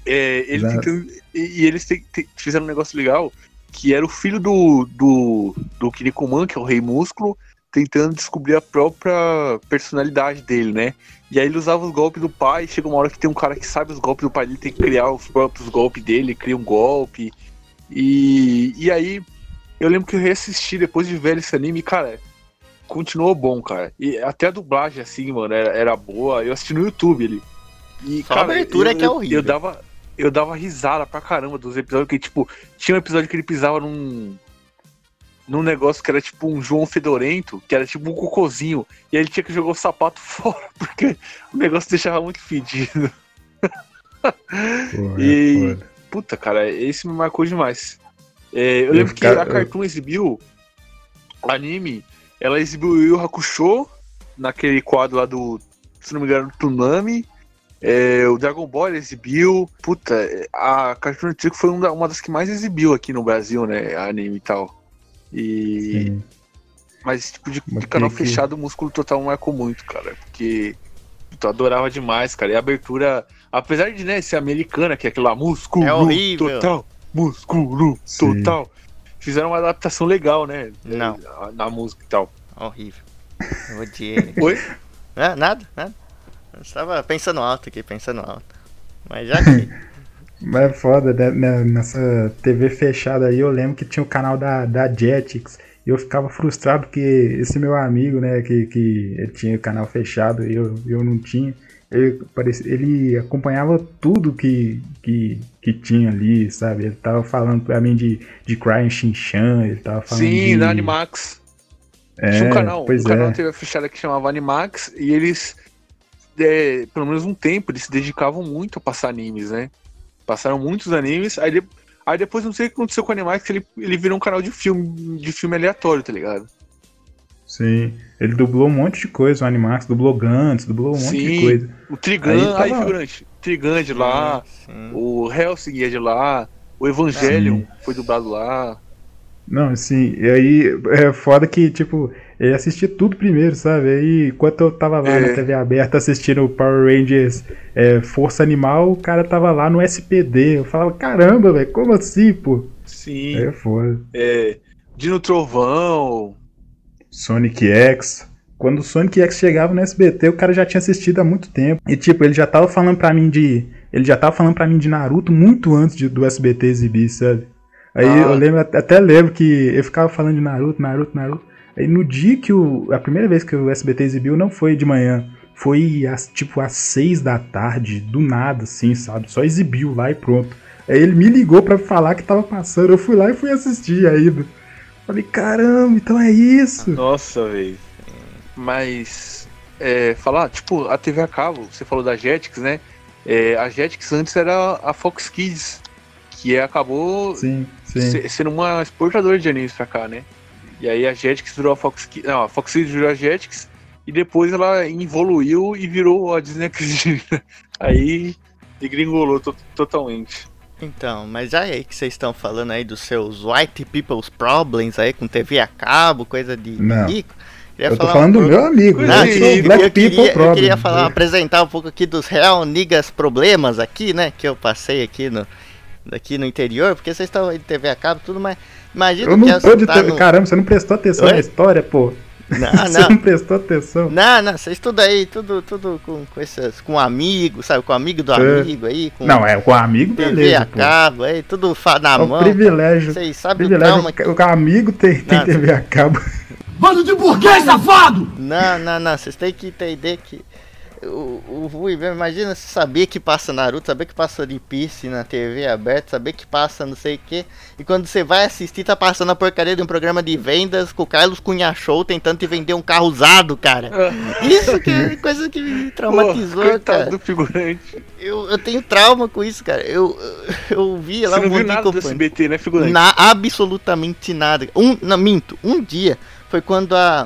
eles fizeram um negócio legal, que era o filho do Kinnikuman, que é o Rei Músculo, tentando descobrir a própria personalidade dele, né? E aí ele usava os golpes do pai, chega uma hora que tem um cara que sabe os golpes do pai, ele tem que criar os próprios golpes dele, cria um golpe. E aí eu lembro que eu reassisti depois de ver esse anime, cara, continuou bom, cara. E até a dublagem, assim, mano, era boa. Eu assisti no YouTube ele. E, só cara, a abertura que é horrível. Eu dava risada pra caramba dos episódios, que tipo, tinha um episódio que ele pisava num negócio que era tipo um João Fedorento, que era tipo um cocôzinho, e aí ele tinha que jogar o sapato fora, porque o negócio deixava muito fedido. Porra. Puta, cara, esse me marcou demais. Eu lembro que a Cartoon exibiu anime, ela exibiu o Yu Yu Hakusho, naquele quadro lá do, se não me engano, do Toonami. O Dragon Ball exibiu. Puta, a Cartoon Network foi uma das que mais exibiu aqui no Brasil, né? Anime e tal. Sim. Mas tipo de canal fechado, o Músculo Total marcou muito, cara. Porque eu adorava demais, cara. E a abertura, apesar de, né, ser americana, que é aquilo lá, Músculo Total, Músculo Total. Fizeram uma adaptação legal, né? Não. Na música e tal. Horrível. Eu odiei. Oi? Nada. Eu estava pensando alto. Mas já que... Mas é foda, né? Nessa TV fechada aí, eu lembro que tinha o canal da Jetix, e eu ficava frustrado porque esse meu amigo, né, que ele tinha o canal fechado e eu não tinha, ele acompanhava tudo que tinha ali, sabe? Ele tava falando pra mim de Crying Shin-Chan, ele tava falando Sim, da Animax. Tinha um canal na TV fechada que chamava Animax, e eles, pelo menos um tempo, eles se dedicavam muito a passar animes, né? Passaram muitos animes, aí depois não sei o que aconteceu com o Animax, que ele virou um canal de filme aleatório, tá ligado? Sim, ele dublou um monte de coisa, o Animax dublou Gantz, dublou um monte de coisa. O Trigun, aí figurante, Trigun é de lá, o Hellsing é de lá, o Evangelion foi dublado lá. Não, assim, e aí é foda que, tipo, eu assisti tudo primeiro, sabe? Aí, enquanto eu tava lá na TV aberta assistindo o Power Rangers Força Animal, o cara tava lá no SPD. Eu falava, caramba, velho, como assim, pô? Sim. É foda. Dino Trovão. Sonic X. Quando o Sonic X chegava no SBT, o cara já tinha assistido há muito tempo. E, tipo, ele já tava falando pra mim de Naruto muito antes do SBT exibir, sabe? Aí eu lembro que eu ficava falando de Naruto. Aí no dia que a primeira vez que o SBT exibiu não foi de manhã, foi às 6 da tarde, do nada, assim, sabe? Só exibiu lá e pronto. Aí ele me ligou pra falar que tava passando, eu fui lá e fui assistir ainda. Falei, caramba, então é isso. Nossa, velho. Mas, falar, tipo, a TV a cabo, você falou da Jetix, né? A Jetix antes era a Fox Kids, que acabou sendo uma exportadora de animes pra cá, né? E aí a Jetix virou a Fox Kids. Não, a Fox Kids virou a Jetix e depois ela evoluiu e virou a Disney XD. Aí degringolou totalmente. Então, mas aí que vocês estão falando aí dos seus white people's problems aí com TV a cabo, coisa de rico. Eu tô falando do meu amigo, eu queria apresentar um pouco aqui dos real niggas problemas aqui, né? Que eu passei aqui no interior, porque vocês estão aí de TV a cabo e tudo, mas imagina eu não tô de caramba, você não prestou atenção na história, pô. Você não prestou atenção. Não, você estuda aí tudo com amigo, sabe? Com amigo do amigo aí. Não, com amigo, beleza. TV a cabo aí, tudo na mão. Privilégio. Vocês sabem o trauma. O amigo tem TV a cabo. Bando de burguês, safado! Não, vocês têm que entender que o ruim mesmo, imagina você saber que passa Naruto, saber que passa One Piece na TV aberta, saber que passa não sei o que, e quando você vai assistir tá passando a porcaria de um programa de vendas com o Carlos Cunha Show tentando te vender um carro usado, cara. Isso que é coisa que me traumatizou, cara. Do figurante. Eu tenho trauma com isso, cara. Eu vi lá Você não viu nada do SBT, né, figurante? Absolutamente nada. Minto. Um dia foi quando a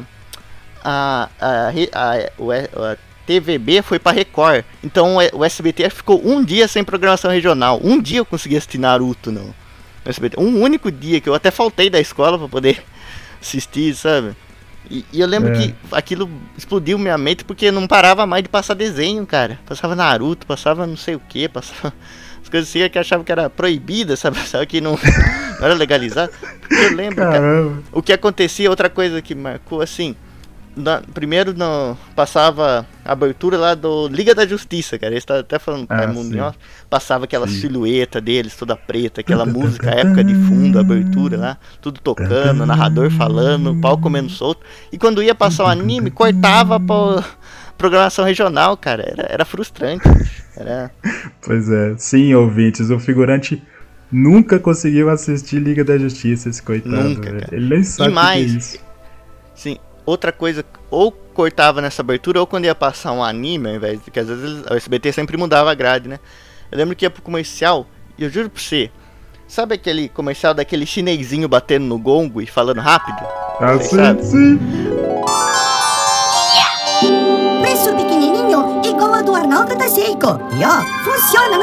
TVB foi pra Record. Então o SBT ficou um dia sem programação regional. Um dia eu consegui assistir Naruto no SBT. Um único dia que eu até faltei da escola pra poder assistir, sabe? E eu lembro que aquilo explodiu minha mente porque não parava mais de passar desenho, cara. Passava Naruto, passava não sei o que, passava as coisas assim que eu achava que era proibida, sabe? Que não era legalizado. Porque eu lembro, cara, o que acontecia, outra coisa que marcou assim. Primeiro passava a abertura lá do Liga da Justiça, cara. Eles tá até falando com o Raimundo, passava aquela silhueta deles, toda preta, aquela música, época de fundo, a abertura lá, tudo tocando, narrador falando, pau comendo solto. E quando ia passar o anime, cortava pra programação regional, cara. Era frustrante. Pois é, sim, ouvintes, o figurante nunca conseguiu assistir Liga da Justiça, esse coitado. Nunca, cara. Ele nem sabe o que é isso. Sim. Outra coisa, ou cortava nessa abertura, ou quando ia passar um anime, ao invés de, porque às vezes o SBT sempre mudava a grade, né? Eu lembro que ia pro comercial, e eu juro pra você, sabe aquele comercial daquele chinesinho batendo no gongo e falando rápido? Sim. Preço pequenininho, igual a do Arnaldo da Seiko. E ó, funciona,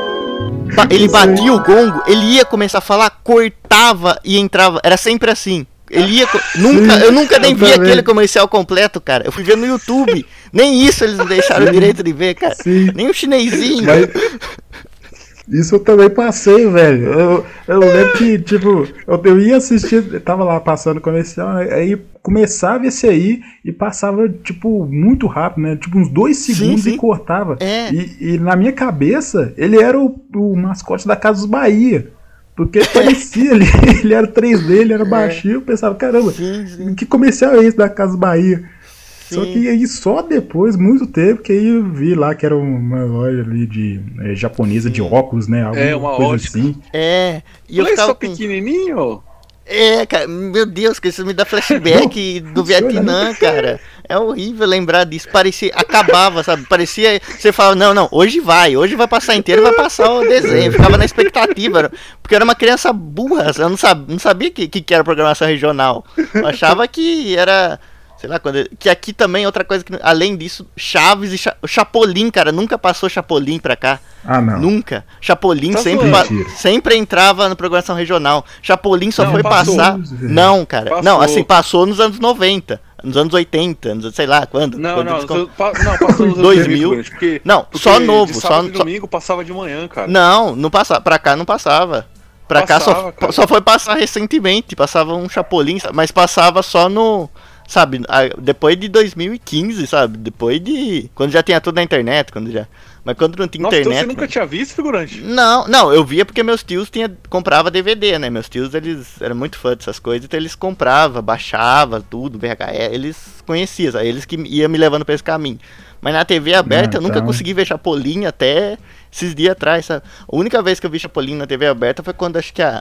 não? Ele batia o gongo, ele ia começar a falar, cortava e entrava, era sempre assim. Ele ia. Eu nunca nem vi aquele comercial completo, cara. Eu fui ver no YouTube. Nem isso eles não deixaram direito de ver, cara. Sim. Nem o chinesinho. Mas isso eu também passei, velho. Eu lembro que, tipo, eu ia assistir, tava lá passando o comercial, né? Aí começava esse aí e passava, tipo, muito rápido, né? Tipo, uns 2 segundos e cortava. E na minha cabeça, ele era o mascote da Casa dos Bahia. Porque parecia ali, ele era 3D, ele era baixinho, eu pensava, caramba, que comercial é esse da Casa Bahia? Só que aí só depois, muito tempo, que aí eu vi lá que era uma loja ali de japonesa de óculos, né? Alguma coisa ótica. Assim. E eu ficava pequenininho? Cara, meu Deus, que isso me dá flashback do Vietnã, cara. É horrível lembrar disso. Parecia, acabava, sabe? Parecia, você fala, não, hoje vai passar inteiro, vai passar o desenho. Eu ficava na expectativa, porque eu era uma criança burra, eu não sabia que era programação regional. Eu achava que era, sei lá, que aqui também outra coisa que, além disso, Chaves e Chapolin, cara, nunca passou Chapolin pra cá. Ah, não. Nunca. Chapolin sempre entrava na programação regional. Chapolin só foi passar. Não, cara. Passou. Não, assim, passou nos anos 90. Nos anos 80, sei lá quando. Não, passou nos 2000. anos 2000. Porque só novo. De sábado e domingo passava de manhã, cara. Não passava. Pra cá não passava. Pra cá só foi passar recentemente. Passava um Chapolin, mas passava só no. Sabe, depois de 2015, sabe? Depois de. Quando já tinha tudo na internet, Mas quando não tinha internet. Então você nunca tinha visto, figurante? Não, eu via porque meus tios comprava DVD, né? Meus tios, eles eram muito fãs dessas coisas, então eles compravam, baixavam tudo, VHS, eles conheciam, eles que iam me levando pra esse caminho. Mas na TV aberta eu nunca consegui ver Chapolin até esses dias atrás, sabe? A única vez que eu vi Chapolin na TV aberta foi quando acho que a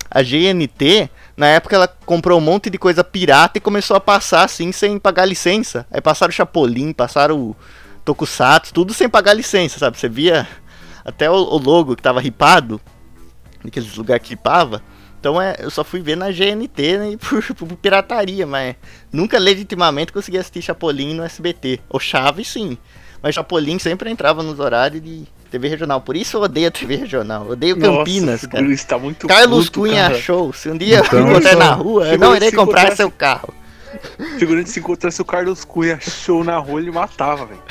GNT, na época ela comprou um monte de coisa pirata e começou a passar assim, sem pagar licença. Aí passaram o Chapolin, passaram o Tokusatsu, tudo sem pagar licença, sabe? Você via até o logo que tava ripado, naqueles lugares que ripava. Então eu só fui ver na GNT, né, por pirataria, mas nunca legitimamente consegui assistir Chapolin no SBT. O Chaves sim, mas Chapolin sempre entrava nos horários de TV regional. Por isso eu odeio a TV regional, odeio Campinas. Nossa, cara. Isso tá muito Carlos puto, Cunha cara. Show, se um dia eu encontrar na rua, eu não irei comprar seu carro. Figurante, se encontrasse o Carlos Cunha Show na rua, ele matava, velho.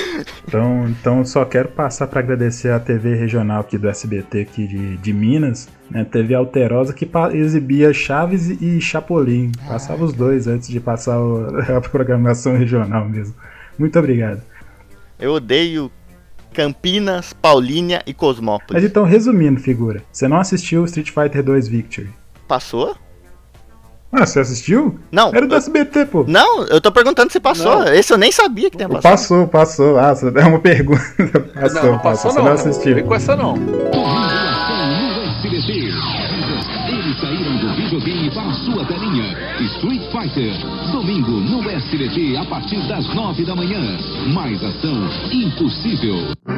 Então só quero passar para agradecer a TV regional aqui do SBT aqui de Minas, né, TV Alterosa, que exibia Chaves e Chapolin. Passava os dois antes de passar a programação regional mesmo. Muito obrigado. Eu odeio Campinas, Paulínia e Cosmópolis. Mas então, resumindo, figura, você não assistiu Street Fighter 2 Victory? Passou? Ah, você assistiu? Não. Era do SBT, pô. Não, eu tô perguntando se passou. Não. Esse eu nem sabia que tinha passado. Passou. Ah, você deu uma pergunta. Não passou Você não. não assistiu. Não vem com essa não. Eles saíram do videogame para a sua telinha. Street Fighter, domingo no SBT a partir das 9 da manhã. Mais ação impossível.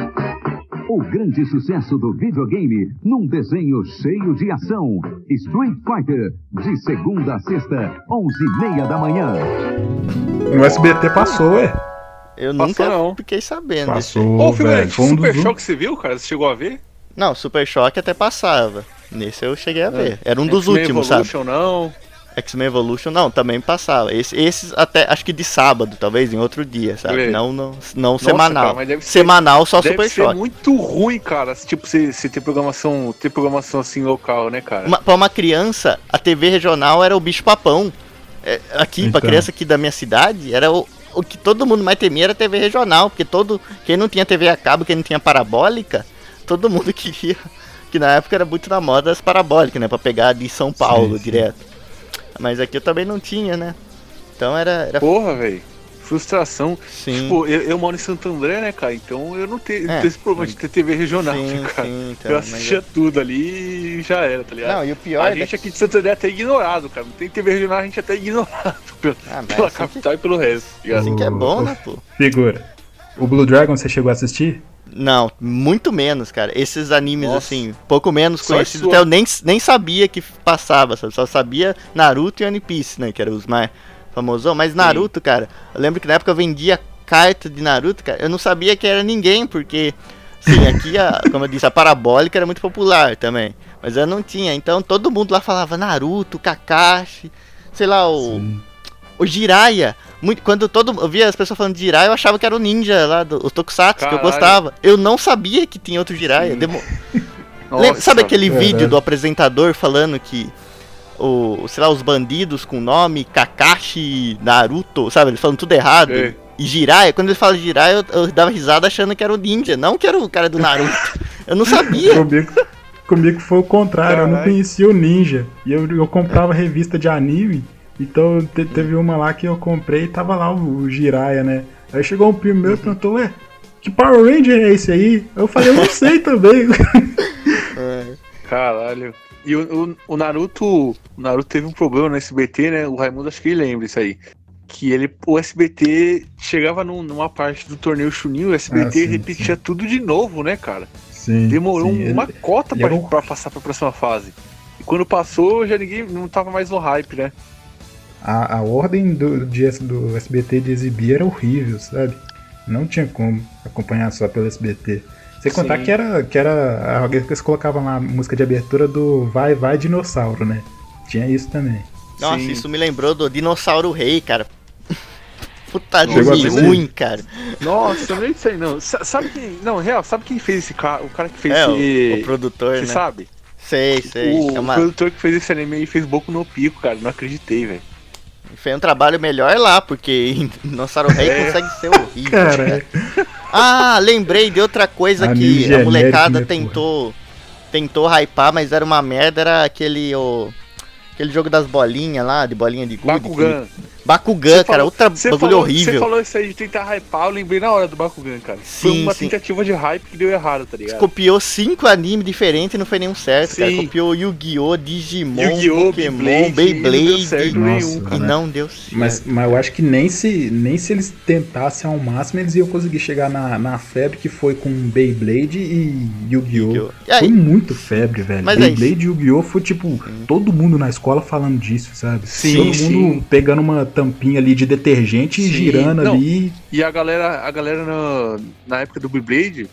O grande sucesso do videogame num desenho cheio de ação. Street Fighter, de segunda a sexta, 11h30 da manhã. No SBT passou, ué. Eu Passou nunca não. fiquei sabendo. Passou, Ô, filme, velho. Foi um Super dos... Choque, você viu, cara? Você chegou a ver? Não, Super Choque até passava. Nesse eu cheguei a ver. Era um dos X-Men últimos, Evolution, sabe? não. X-Men Evolution, não, também passava. Esses até, acho que de sábado, talvez, em outro dia, sabe? É. Não semanal. Cara, mas deve ser- Semanal só Deve Super ser Choque. muito ruim, cara. Tipo, você ter programação assim local, né, cara? Pra uma criança, a TV regional era o bicho papão. Aqui, pra Então. criança aqui da minha cidade, era o que todo mundo mais temia era a TV regional. Porque quem não tinha TV a cabo, quem não tinha parabólica, todo mundo queria. Que na época era muito na moda as parabólicas, né? Pra pegar de São Paulo Sim. direto. Mas aqui eu também não tinha, né? Então era Porra, velho. Frustração. Sim. Tipo, eu moro em Santo André, né, cara? Então eu não tenho esse problema de ter TV regional, Sim, né, cara? sim, então, eu assistia tudo ali e já era, tá ligado? Não, e o pior a é gente aqui de Santo André é até ignorado, cara. Não tem TV regional, a gente é até ignorado mas pela assim capital e pelo resto, tá ligado? assim que é bom, né, pô? Figura. O Blue Dragon, você chegou a assistir? Não, muito menos, cara. Esses animes, Nossa. assim, pouco menos Só conhecidos, sua. até eu nem sabia que passava, sabe? Só sabia Naruto e One Piece, né? Que eram os mais famosos. Mas Naruto, cara, eu lembro que na época eu vendia carta de Naruto, cara. Eu não sabia que era ninguém, porque, sim, aqui, como eu disse, a parabólica era muito popular também. Mas eu não tinha. Então todo mundo lá falava Naruto, Kakashi, sei lá, o Jiraiya. Quando eu via as pessoas falando de Jiraiya, eu achava que era o ninja lá, o Tokusatsu, que eu Caralho. gostava. Eu não sabia que tinha outro Jiraiya. Nossa, Sabe aquele verdade. vídeo do apresentador falando que sei lá, os bandidos com nome Kakashi, Naruto, sabe? Eles falam tudo errado. É. E Jiraiya, quando ele fala Jiraiya, eu dava risada achando que era o ninja, não que era o cara do Naruto. Eu não sabia. Comigo foi o contrário, eu não Caralho. conhecia o Ninja. E eu comprava revista de anime. Então teve uma lá que eu comprei e tava lá o Jiraiya, né? Aí chegou um primo meu e perguntou, ué, que Power Ranger é esse aí? Eu falei, eu não sei também. Caralho. E o Naruto teve um problema no SBT, né? O Raimundo acho que ele lembra isso aí. Que o SBT chegava numa parte do torneio Chunin, o SBT sim, repetia tudo de novo, né, cara? Sim. Demorou sim, uma cota ele era um- pra passar pra próxima fase. E quando passou, já ninguém não tava mais no hype, né? A ordem do SBT de exibir era horrível, sabe? Não tinha como acompanhar só pelo SBT. Sem contar Sim. que era eles colocavam lá a música de abertura do Vai Vai Dinossauro, né? Tinha isso também. Nossa, Sim. isso me lembrou do Dinossauro Rei, cara. Puta Chegou a anime assistir? ruim, cara. Nossa, eu nem sei não. Sabe quem. Não, real, sabe quem fez esse cara? O cara que fez O produtor, Você né? sabe? Sei. O produtor que fez esse anime aí fez Boku no Pico, cara. Não acreditei, velho. Fez um trabalho melhor lá, porque Dinossauro Rei consegue ser horrível. Cara, Ah, lembrei de outra coisa Anime que a genérico, molecada né, tentou hypar, mas era uma merda, era aquele jogo das bolinhas lá, de bolinha de gude. Bakugan. Bakugan, cara, outra Você bagulho horrível. Você falou isso aí de tentar hypar, eu lembrei na hora do Bakugan, cara. Foi Sim, uma sim. tentativa de hype que deu errado, tá ligado? Copiou 5 animes diferentes e não foi nenhum certo, cara. Sim. Copiou Yu-Gi-Oh!, Digimon, Yu-Gi-Oh!, Pokémon, Beyblade, não deu certo Beyblade, nenhum, e cara. não deu certo. mas eu acho que nem se eles tentassem ao máximo, eles iam conseguir chegar na febre que foi com Beyblade e Yu-Gi-Oh! Yu-Gi-Oh! E aí? Foi muito febre, velho. Mas Beyblade e Yu-Gi-Oh! Foi tipo, todo mundo na escola falando disso, sabe? Sim, todo mundo sim. pegando uma tampinha ali de detergente e Sim, girando não. ali. E a galera na época do Beyblade,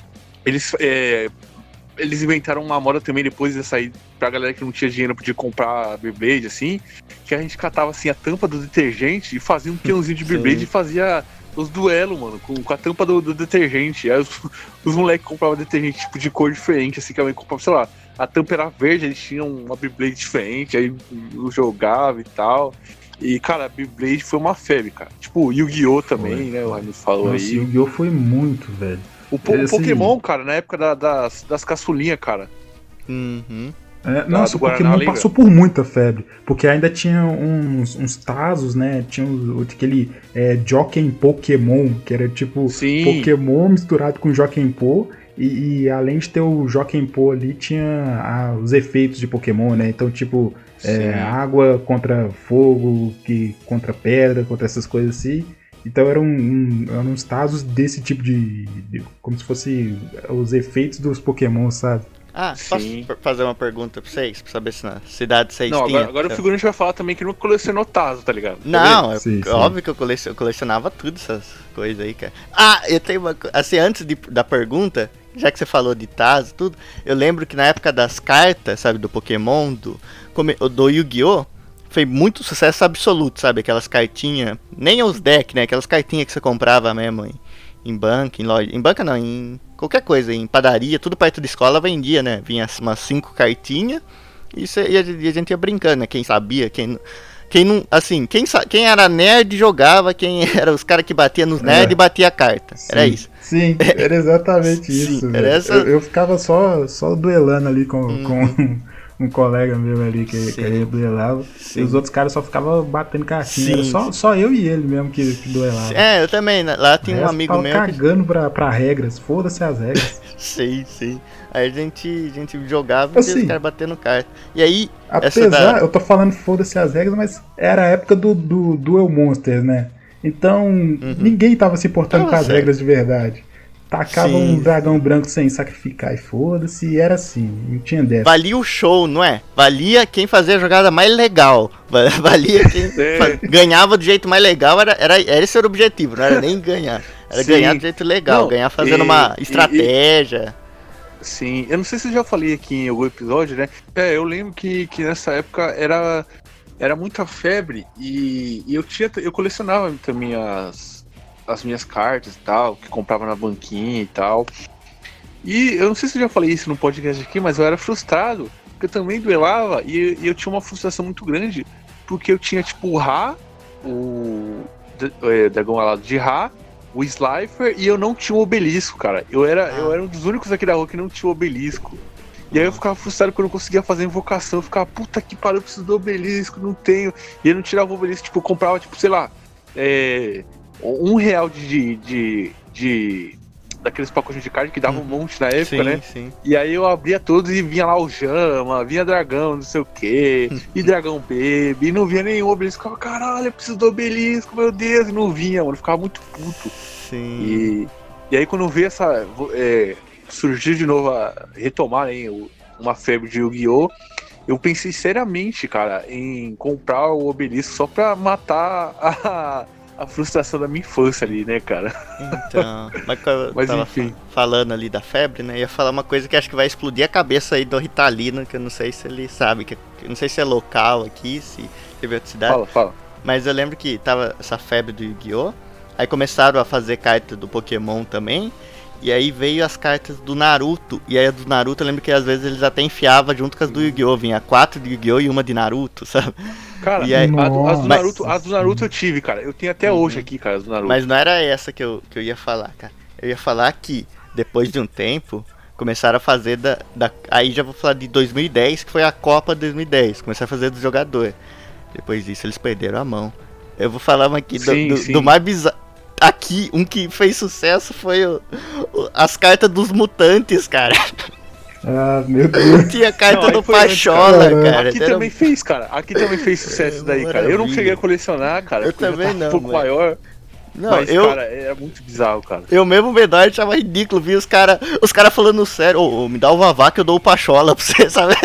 eles inventaram uma moda também depois de sair pra galera que não tinha dinheiro podia comprar Beyblade, assim, que a gente catava assim a tampa do detergente e fazia um peãozinho de Beyblade e fazia os duelos, mano, com a tampa do detergente. Aí os moleques compravam detergente tipo de cor diferente, assim, que a mãe comprava, sei lá, a tampa era verde, eles tinham uma Beyblade diferente, aí jogava e tal. E, cara, a Beyblade foi uma febre, cara. Tipo, Yu-Gi-Oh! Também, Foi, né? O Raimundo falou Nossa, aí. Yu-Gi-Oh! Foi muito, velho. O Esse- Pokémon, cara, na época das caçulinhas, cara. Uhum. Nossa, do o Guaraná, Pokémon lembra? passou por muita febre. Porque ainda tinha uns Tazos, né? Tinha aquele Joken Pokémon, que era tipo Sim. Pokémon misturado com Joken Po. E além de ter o Joken Po ali, tinha os efeitos de Pokémon, né? Então, tipo, água contra fogo, contra pedra, contra essas coisas assim. Então eram uns Tazos desse tipo de como se fosse os efeitos dos Pokémon, sabe? Posso fazer uma pergunta pra vocês? Pra saber se na cidade vocês Não, tinham? agora o figurante vai falar também que não colecionou Tazo, tá ligado? Não, Sim. óbvio que eu colecionava tudo essas coisas aí, cara. Eu tenho uma coisa. Assim, antes da pergunta, já que você falou de Tazo e tudo, eu lembro que na época das cartas, sabe, do Pokémon, do Yu-Gi-Oh! Foi muito sucesso absoluto, sabe? Aquelas cartinhas, nem os decks, né? Aquelas cartinhas que você comprava mesmo em banca, em loja. Em banca não, em qualquer coisa, em padaria, tudo perto da escola vendia, né? Vinha umas 5 cartinhas e a gente ia brincando, né? Quem sabia, quem não. Assim, quem era nerd jogava, quem era os caras que batiam nos nerds batia a carta. Sim, era isso. Sim, era exatamente isso. Sim, era essa... eu ficava só duelando ali com um colega meu ali que ele duelava. Sim. E os outros caras só ficavam batendo cartinha. Sim. Só eu e ele mesmo que duelava. Eu também. Lá tinha um amigo meu. Cagando pra regras. Foda-se as regras. Sim. Aí a gente jogava assim, e os caras batendo carta. E aí. Apesar, eu tô falando foda-se as regras, mas era a época do Duel Monsters, né? Então ninguém tava se importando com as regras de verdade. Tacava um dragão branco sem sacrificar e foda-se, e era assim, não tinha dessa. Valia o show, não é? Valia quem fazia a jogada mais legal. Valia quem ganhava do jeito mais legal, era esse era o objetivo, não era nem ganhar. Era ganhar do jeito legal, não, ganhar fazendo uma estratégia. Sim, eu não sei se eu já falei aqui em algum episódio, né? Eu lembro que nessa época era muita febre e eu colecionava também as minhas cartas e tal, que comprava na banquinha e tal. E eu não sei se eu já falei isso no podcast aqui, mas eu era frustrado, porque eu também duelava e eu tinha uma frustração muito grande, porque eu tinha tipo o Ra, o dragão alado de Ra, o Slifer, e eu não tinha o obelisco, cara. Eu era um dos únicos aqui da rua que não tinha o obelisco. E aí eu ficava frustrado quando eu não conseguia fazer invocação, eu ficava, puta que pariu, eu preciso do obelisco, não tenho. E eu não tirava o obelisco, tipo, eu comprava, tipo, sei lá, R$1 daqueles pacotes de carne que dava um monte na época, né? Sim. E aí eu abria todos e vinha lá o Jama, vinha dragão, não sei o que, e dragão baby, e não vinha nenhum obelisco. Eu ficava, caralho, eu preciso do obelisco, meu Deus, e não vinha, mano, eu ficava muito puto. Sim. E aí quando veio essa. Surgiu de novo retomar, né, uma febre de Yu-Gi-Oh! Eu pensei seriamente, cara, em comprar o obelisco só pra matar a frustração da minha infância ali, né, cara? Então, mas tava enfim. Falando ali da febre, né? Ia falar uma coisa que acho que vai explodir a cabeça aí do Ritalino, que eu não sei se ele sabe, que eu não sei se é local aqui, se teve outra cidade. Fala. Mas eu lembro que tava essa febre do Yu-Gi-Oh! Aí começaram a fazer carta do Pokémon também. E aí veio as cartas do Naruto. E aí a do Naruto eu lembro que às vezes eles até enfiavam junto com as do Yu-Gi-Oh! Vinha 4 de Yu-Gi-Oh! E uma de Naruto, sabe? Cara, e aí, as do Naruto eu tive, cara. Eu tenho até hoje aqui, cara, as do Naruto. Mas não era essa que eu ia falar, cara. Eu ia falar que depois de um tempo começaram a fazer aí já vou falar de 2010, que foi a Copa 2010. Começaram a fazer do jogador. Depois disso eles perderam a mão. Eu vou falar uma aqui do mais bizarro. Aqui, um que fez sucesso foi as cartas dos mutantes, cara. Ah, meu Deus. Tinha carta do Pachola, cara. Aqui também fez, cara. Aqui também fez sucesso daí, cara. Eu não cheguei a colecionar, cara. Eu também não. Um pouco maior. Não, mas, cara, é muito bizarro, cara. Eu mesmo menor achava ridículo, vi os cara falando sério. Me dá o Vavá que eu dou o Pachola pra você, sabe?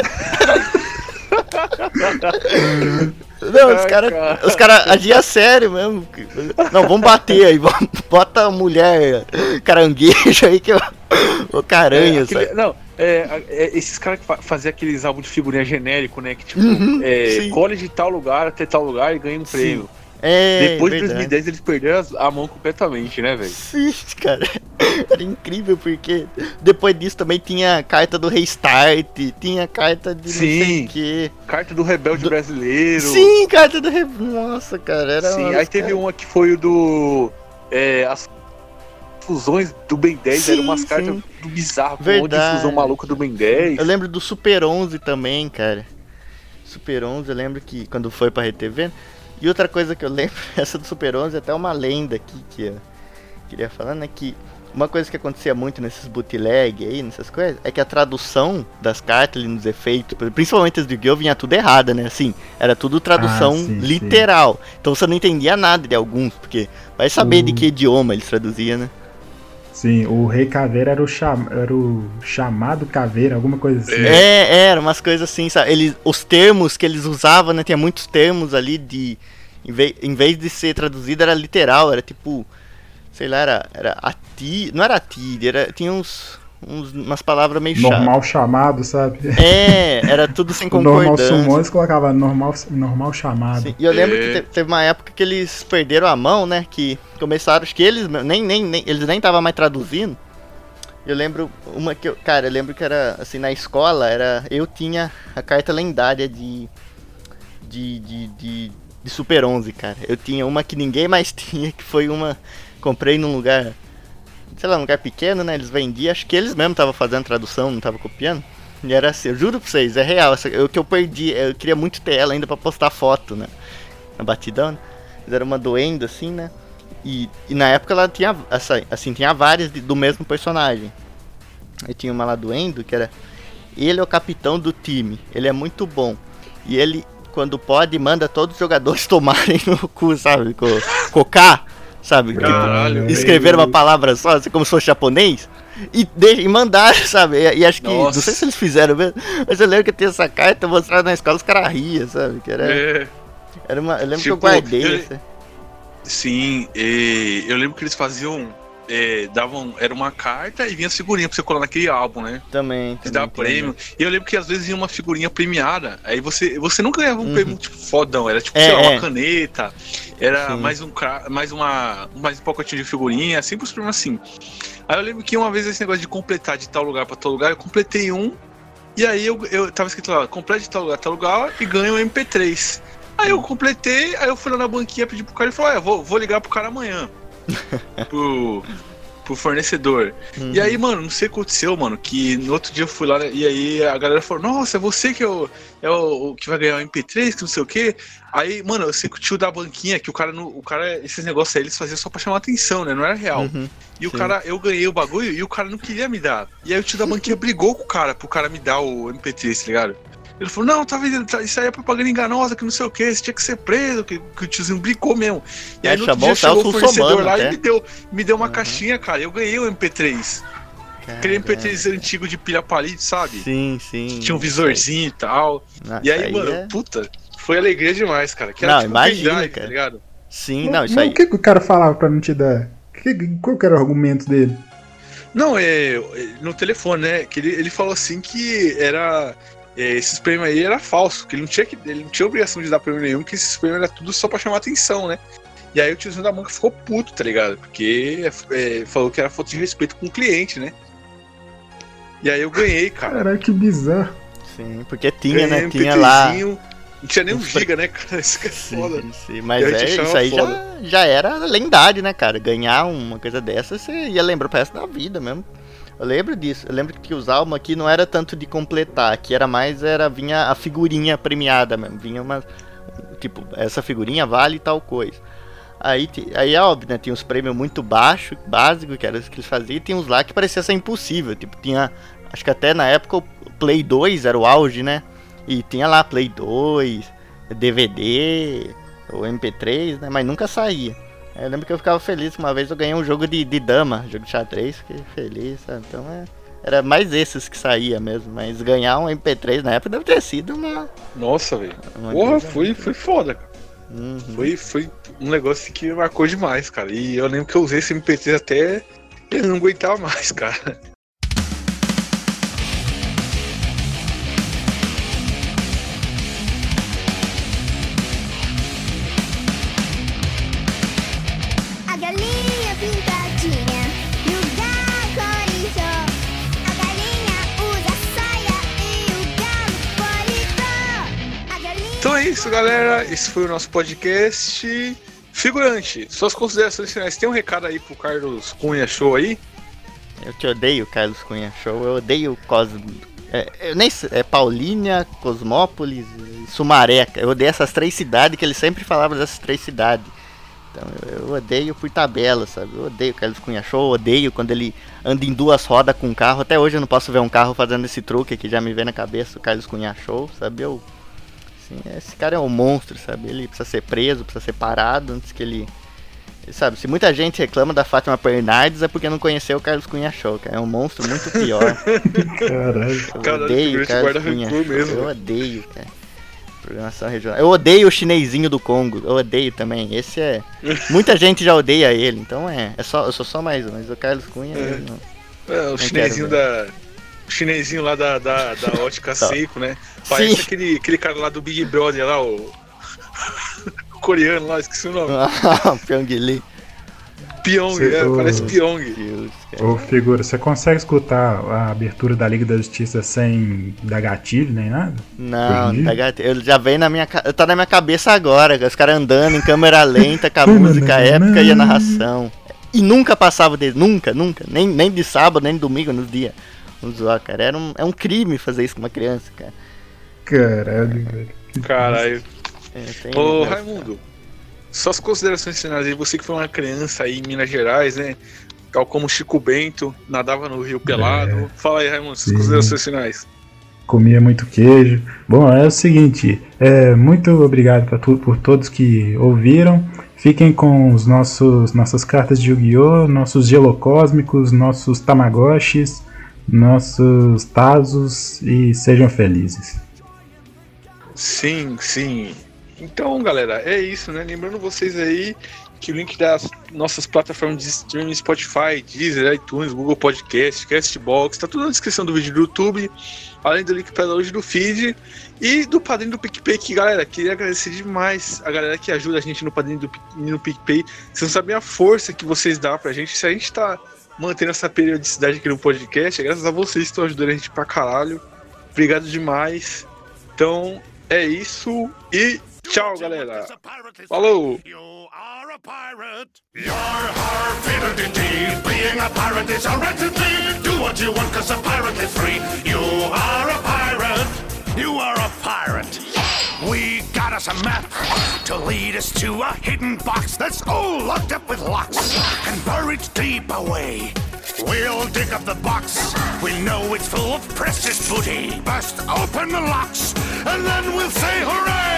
Não, os caras agiam sério mesmo. Não, vamos bater aí, bota a mulher caranguejo aí que o caranha, sabe? Não, esses caras que faziam aqueles álbuns de figurinha genérico, né? Que tipo, colhe de tal lugar até tal lugar e ganha um prêmio. Depois de 2010 eles perderam a mão completamente, né, velho? Sim, cara. Era incrível porque depois disso também tinha carta do Restart, tinha carta de não sei o que. Carta do Rebelde Brasileiro. Sim, carta do Rebelde. Nossa, cara, era. Sim, aí teve uma que foi o do. As fusões do Ben 10 eram umas cartas tudo bizarro, com Verdade. uma difusão maluca do Ben 10. Eu lembro do Super 11 também, cara. Super 11, eu lembro que quando foi pra RTV. E outra coisa que eu lembro, essa do Super 11 é até uma lenda aqui que eu queria falar, né? Que uma coisa que acontecia muito nesses bootleg aí, nessas coisas, é que a tradução das cartas ali nos efeitos, principalmente as do Yu-Gi-Oh! Vinha tudo errada, né? Assim, era tudo tradução literal. Sim. Então você não entendia nada de alguns, porque vai saber de que idioma eles traduziam, né? Sim, o Rei Caveira era o chamado Caveira, alguma coisa assim. Era umas coisas assim, sabe? Os termos que eles usavam, né? Tinha muitos termos ali de... Em vez de ser traduzido, era literal, era tipo... Sei lá, era ati... Não era ati, tinha umas palavras meio chatas. Normal chamado, sabe? Era tudo sem concordância. Normal sumô, eles colocavam normal chamado. Sim. E eu lembro que teve uma época que eles perderam a mão, né? Que começaram, acho que eles eles nem estavam mais traduzindo. Eu lembro uma que eu lembro que era assim, na escola, eu tinha a carta lendária de Super 11, cara. Eu tinha uma que ninguém mais tinha, que foi uma... Comprei num lugar, sei lá, num lugar pequeno, né? Eles vendiam, acho que eles mesmos estavam fazendo tradução, não estavam copiando. E era assim, eu juro pra vocês, é real. O que eu perdi, eu queria muito ter ela ainda pra postar foto, né? Na batidão, né? Era uma doendo, assim, né? E na época ela tinha, assim, tinha várias do mesmo personagem. Aí tinha uma lá doendo, que era... Ele é o capitão do time, ele é muito bom. E ele, quando pode, manda todos os jogadores tomarem no cu, sabe? Cocar. Sabe? Caralho, tipo, escrever uma palavra só, assim, como se fosse japonês, e mandar, sabe? E acho que, não sei se eles fizeram mesmo, mas eu lembro que eu tinha essa carta, mostrada na escola, os caras riam, sabe? Que era uma, eu lembro que eu guardei. Sim, eu lembro que eles faziam, era uma carta e vinha as figurinhas pra você colar naquele álbum, né? Também dava prêmio. E eu lembro que às vezes vinha uma figurinha premiada, aí você nunca ganhava um prêmio tipo fodão, era tipo, sei lá, uma caneta, era mais um pacotinho de figurinha, sempre os prêmios assim. Aí eu lembro que uma vez esse negócio de completar de tal lugar pra tal lugar, eu completei um, e aí eu tava escrito lá, complete de tal lugar e ganho um MP3. Aí eu completei, aí eu fui lá na banquinha, pedi pro cara e falou, vou ligar pro cara amanhã. pro fornecedor. E aí, mano, não sei o que aconteceu, mano, que no outro dia eu fui lá e aí a galera falou, nossa, é você que é o que vai ganhar o MP3, que não sei o que. Aí, mano, eu sei que o tio da banquinha, que o cara, esses negócios aí eles faziam só pra chamar atenção, né, não era real. E o cara, eu ganhei o bagulho e o cara não queria me dar. E aí o tio da banquinha brigou com o cara, pro cara me dar o MP3, tá ligado? Ele falou, não, isso aí é propaganda enganosa, que não sei o que, você tinha que ser preso, que o tiozinho brincou mesmo. E aí no outro dia chegou o fornecedor lá e me deu uma caixinha, cara, eu ganhei o MP3. Aquele MP3 antigo de pilha palito, sabe? Sim. Tinha um visorzinho e tal. E aí, mano, puta, foi alegria demais, cara. Que era não, tipo imagina, pendrive, cara. Tá ligado? Sim, não, isso aí. O que o cara falava pra não te dar? Qual que era o argumento dele? Não, no telefone, né? Que ele falou assim que era... esses prêmios aí era falso, que ele não tinha obrigação de dar prêmio nenhum, que esses prêmios era tudo só pra chamar atenção, né? E aí o tiozinho da banca ficou puto, tá ligado? Porque falou que era falta de respeito com o cliente, né? E aí eu ganhei, cara. Caralho, que bizarro. Sim, porque tinha, né? Tinha lá... Não tinha nem um giga, né, cara? Isso que é foda. Sim, mas isso aí já era lendário, né, cara? Ganhar uma coisa dessa, você ia lembrar pro resto da vida mesmo. Eu lembro disso, eu lembro que os álbuns aqui não era tanto de completar, que era mais, vinha a figurinha premiada mesmo, vinha uma, tipo, essa figurinha vale tal coisa. Aí é óbvio, né, tinha uns prêmios muito baixos, básicos, que era os que eles faziam, e tinha uns lá que parecia ser impossível, tipo, tinha, acho que até na época o Play 2 era o auge, né, e tinha lá Play 2, DVD, o MP3, né, mas nunca saía. Eu lembro que eu ficava feliz que uma vez eu ganhei um jogo de dama, jogo de xadrez, fiquei feliz, sabe? Então era mais esses que saía mesmo, mas ganhar um MP3 na época deve ter sido uma... Nossa, velho. Porra, foi foda, cara. Foi um negócio que marcou demais, cara. E eu lembro que eu usei esse MP3 até eu não aguentava mais, cara. Então é isso, galera. Esse foi o nosso podcast. Figurante, suas considerações finais. Tem um recado aí pro Carlos Cunha Show aí? Eu te odeio, Carlos Cunha Show. Eu odeio eu nem sei, Paulínia, Cosmópolis e Sumareca. Eu odeio essas 3 cidades, que ele sempre falava dessas 3 cidades. Então eu odeio por tabela, sabe? Eu odeio o Carlos Cunha Show, eu odeio quando ele anda em 2 rodas com um carro. Até hoje eu não posso ver um carro fazendo esse truque que já me vem na cabeça, o Carlos Cunha Show, sabe? Assim, esse cara é um monstro, sabe? Ele precisa ser preso, precisa ser parado antes que ele... Sabe, se muita gente reclama da Fátima Bernardes é porque não conheceu o Carlos Cunha Show, cara. É um monstro muito pior. Caralho. Eu odeio o Carlos Cunha Show. Eu odeio, cara. Programação regional. Eu odeio o chinesinho do Congo. Eu odeio também. Esse é... Muita gente já odeia ele, então eu sou só mais um, mas o Carlos Cunha... o chinesinho o chinesinho lá da ótica Seiko, né? Parece aquele cara lá do Big Brother lá, o coreano lá, esqueci o nome. Pyong Lee. Pyong, parece Pyong. Ô, figura, você consegue escutar a abertura da Liga da Justiça sem dar gatilho nem nada? Não, dá gatilho. Eu já veio tá na minha cabeça agora, os caras andando em câmera lenta com a música épica e a narração. E nunca passava dele, nunca, nem de sábado, nem de domingo, nos dias. Vamos zoar, cara. É um crime fazer isso com uma criança, cara. Caralho, velho. Caralho. Ô, Raimundo, suas considerações finais aí, você que foi uma criança aí em Minas Gerais, né? Tal como Chico Bento, nadava no Rio pelado. Fala aí, Raimundo, suas considerações finais. Comia muito queijo. Bom, é o seguinte, muito obrigado por todos que ouviram. Fiquem com os nossas cartas de Yu-Gi-Oh!, nossos gelocósmicos, nossos Tamagotchis, nossos Tazos e sejam felizes. Sim. Então, galera, é isso, né? Lembrando vocês aí que o link das nossas plataformas de streaming, Spotify, Deezer, iTunes, Google Podcast, Castbox, tá tudo na descrição do vídeo do YouTube, além do link para hoje do feed e do padrinho do PicPay, que, galera, queria agradecer demais a galera que ajuda a gente no padrinho no PicPay. Vocês não sabem a força que vocês dão pra gente. Se a gente tá mantendo essa periodicidade aqui no podcast, é graças a vocês que estão ajudando a gente pra caralho. Obrigado demais. Então, é isso e tchau, galera. Falou! You're hard-fitted indeed. Being a pirate is a red-indeed. Do what you want, 'cause a pirate is free. You are a pirate. You are a pirate. We got us a map to lead us to a hidden box that's all locked up with locks and buried deep away. We'll dig up the box. We know it's full of precious booty. Bust open the locks, and then we'll say hooray!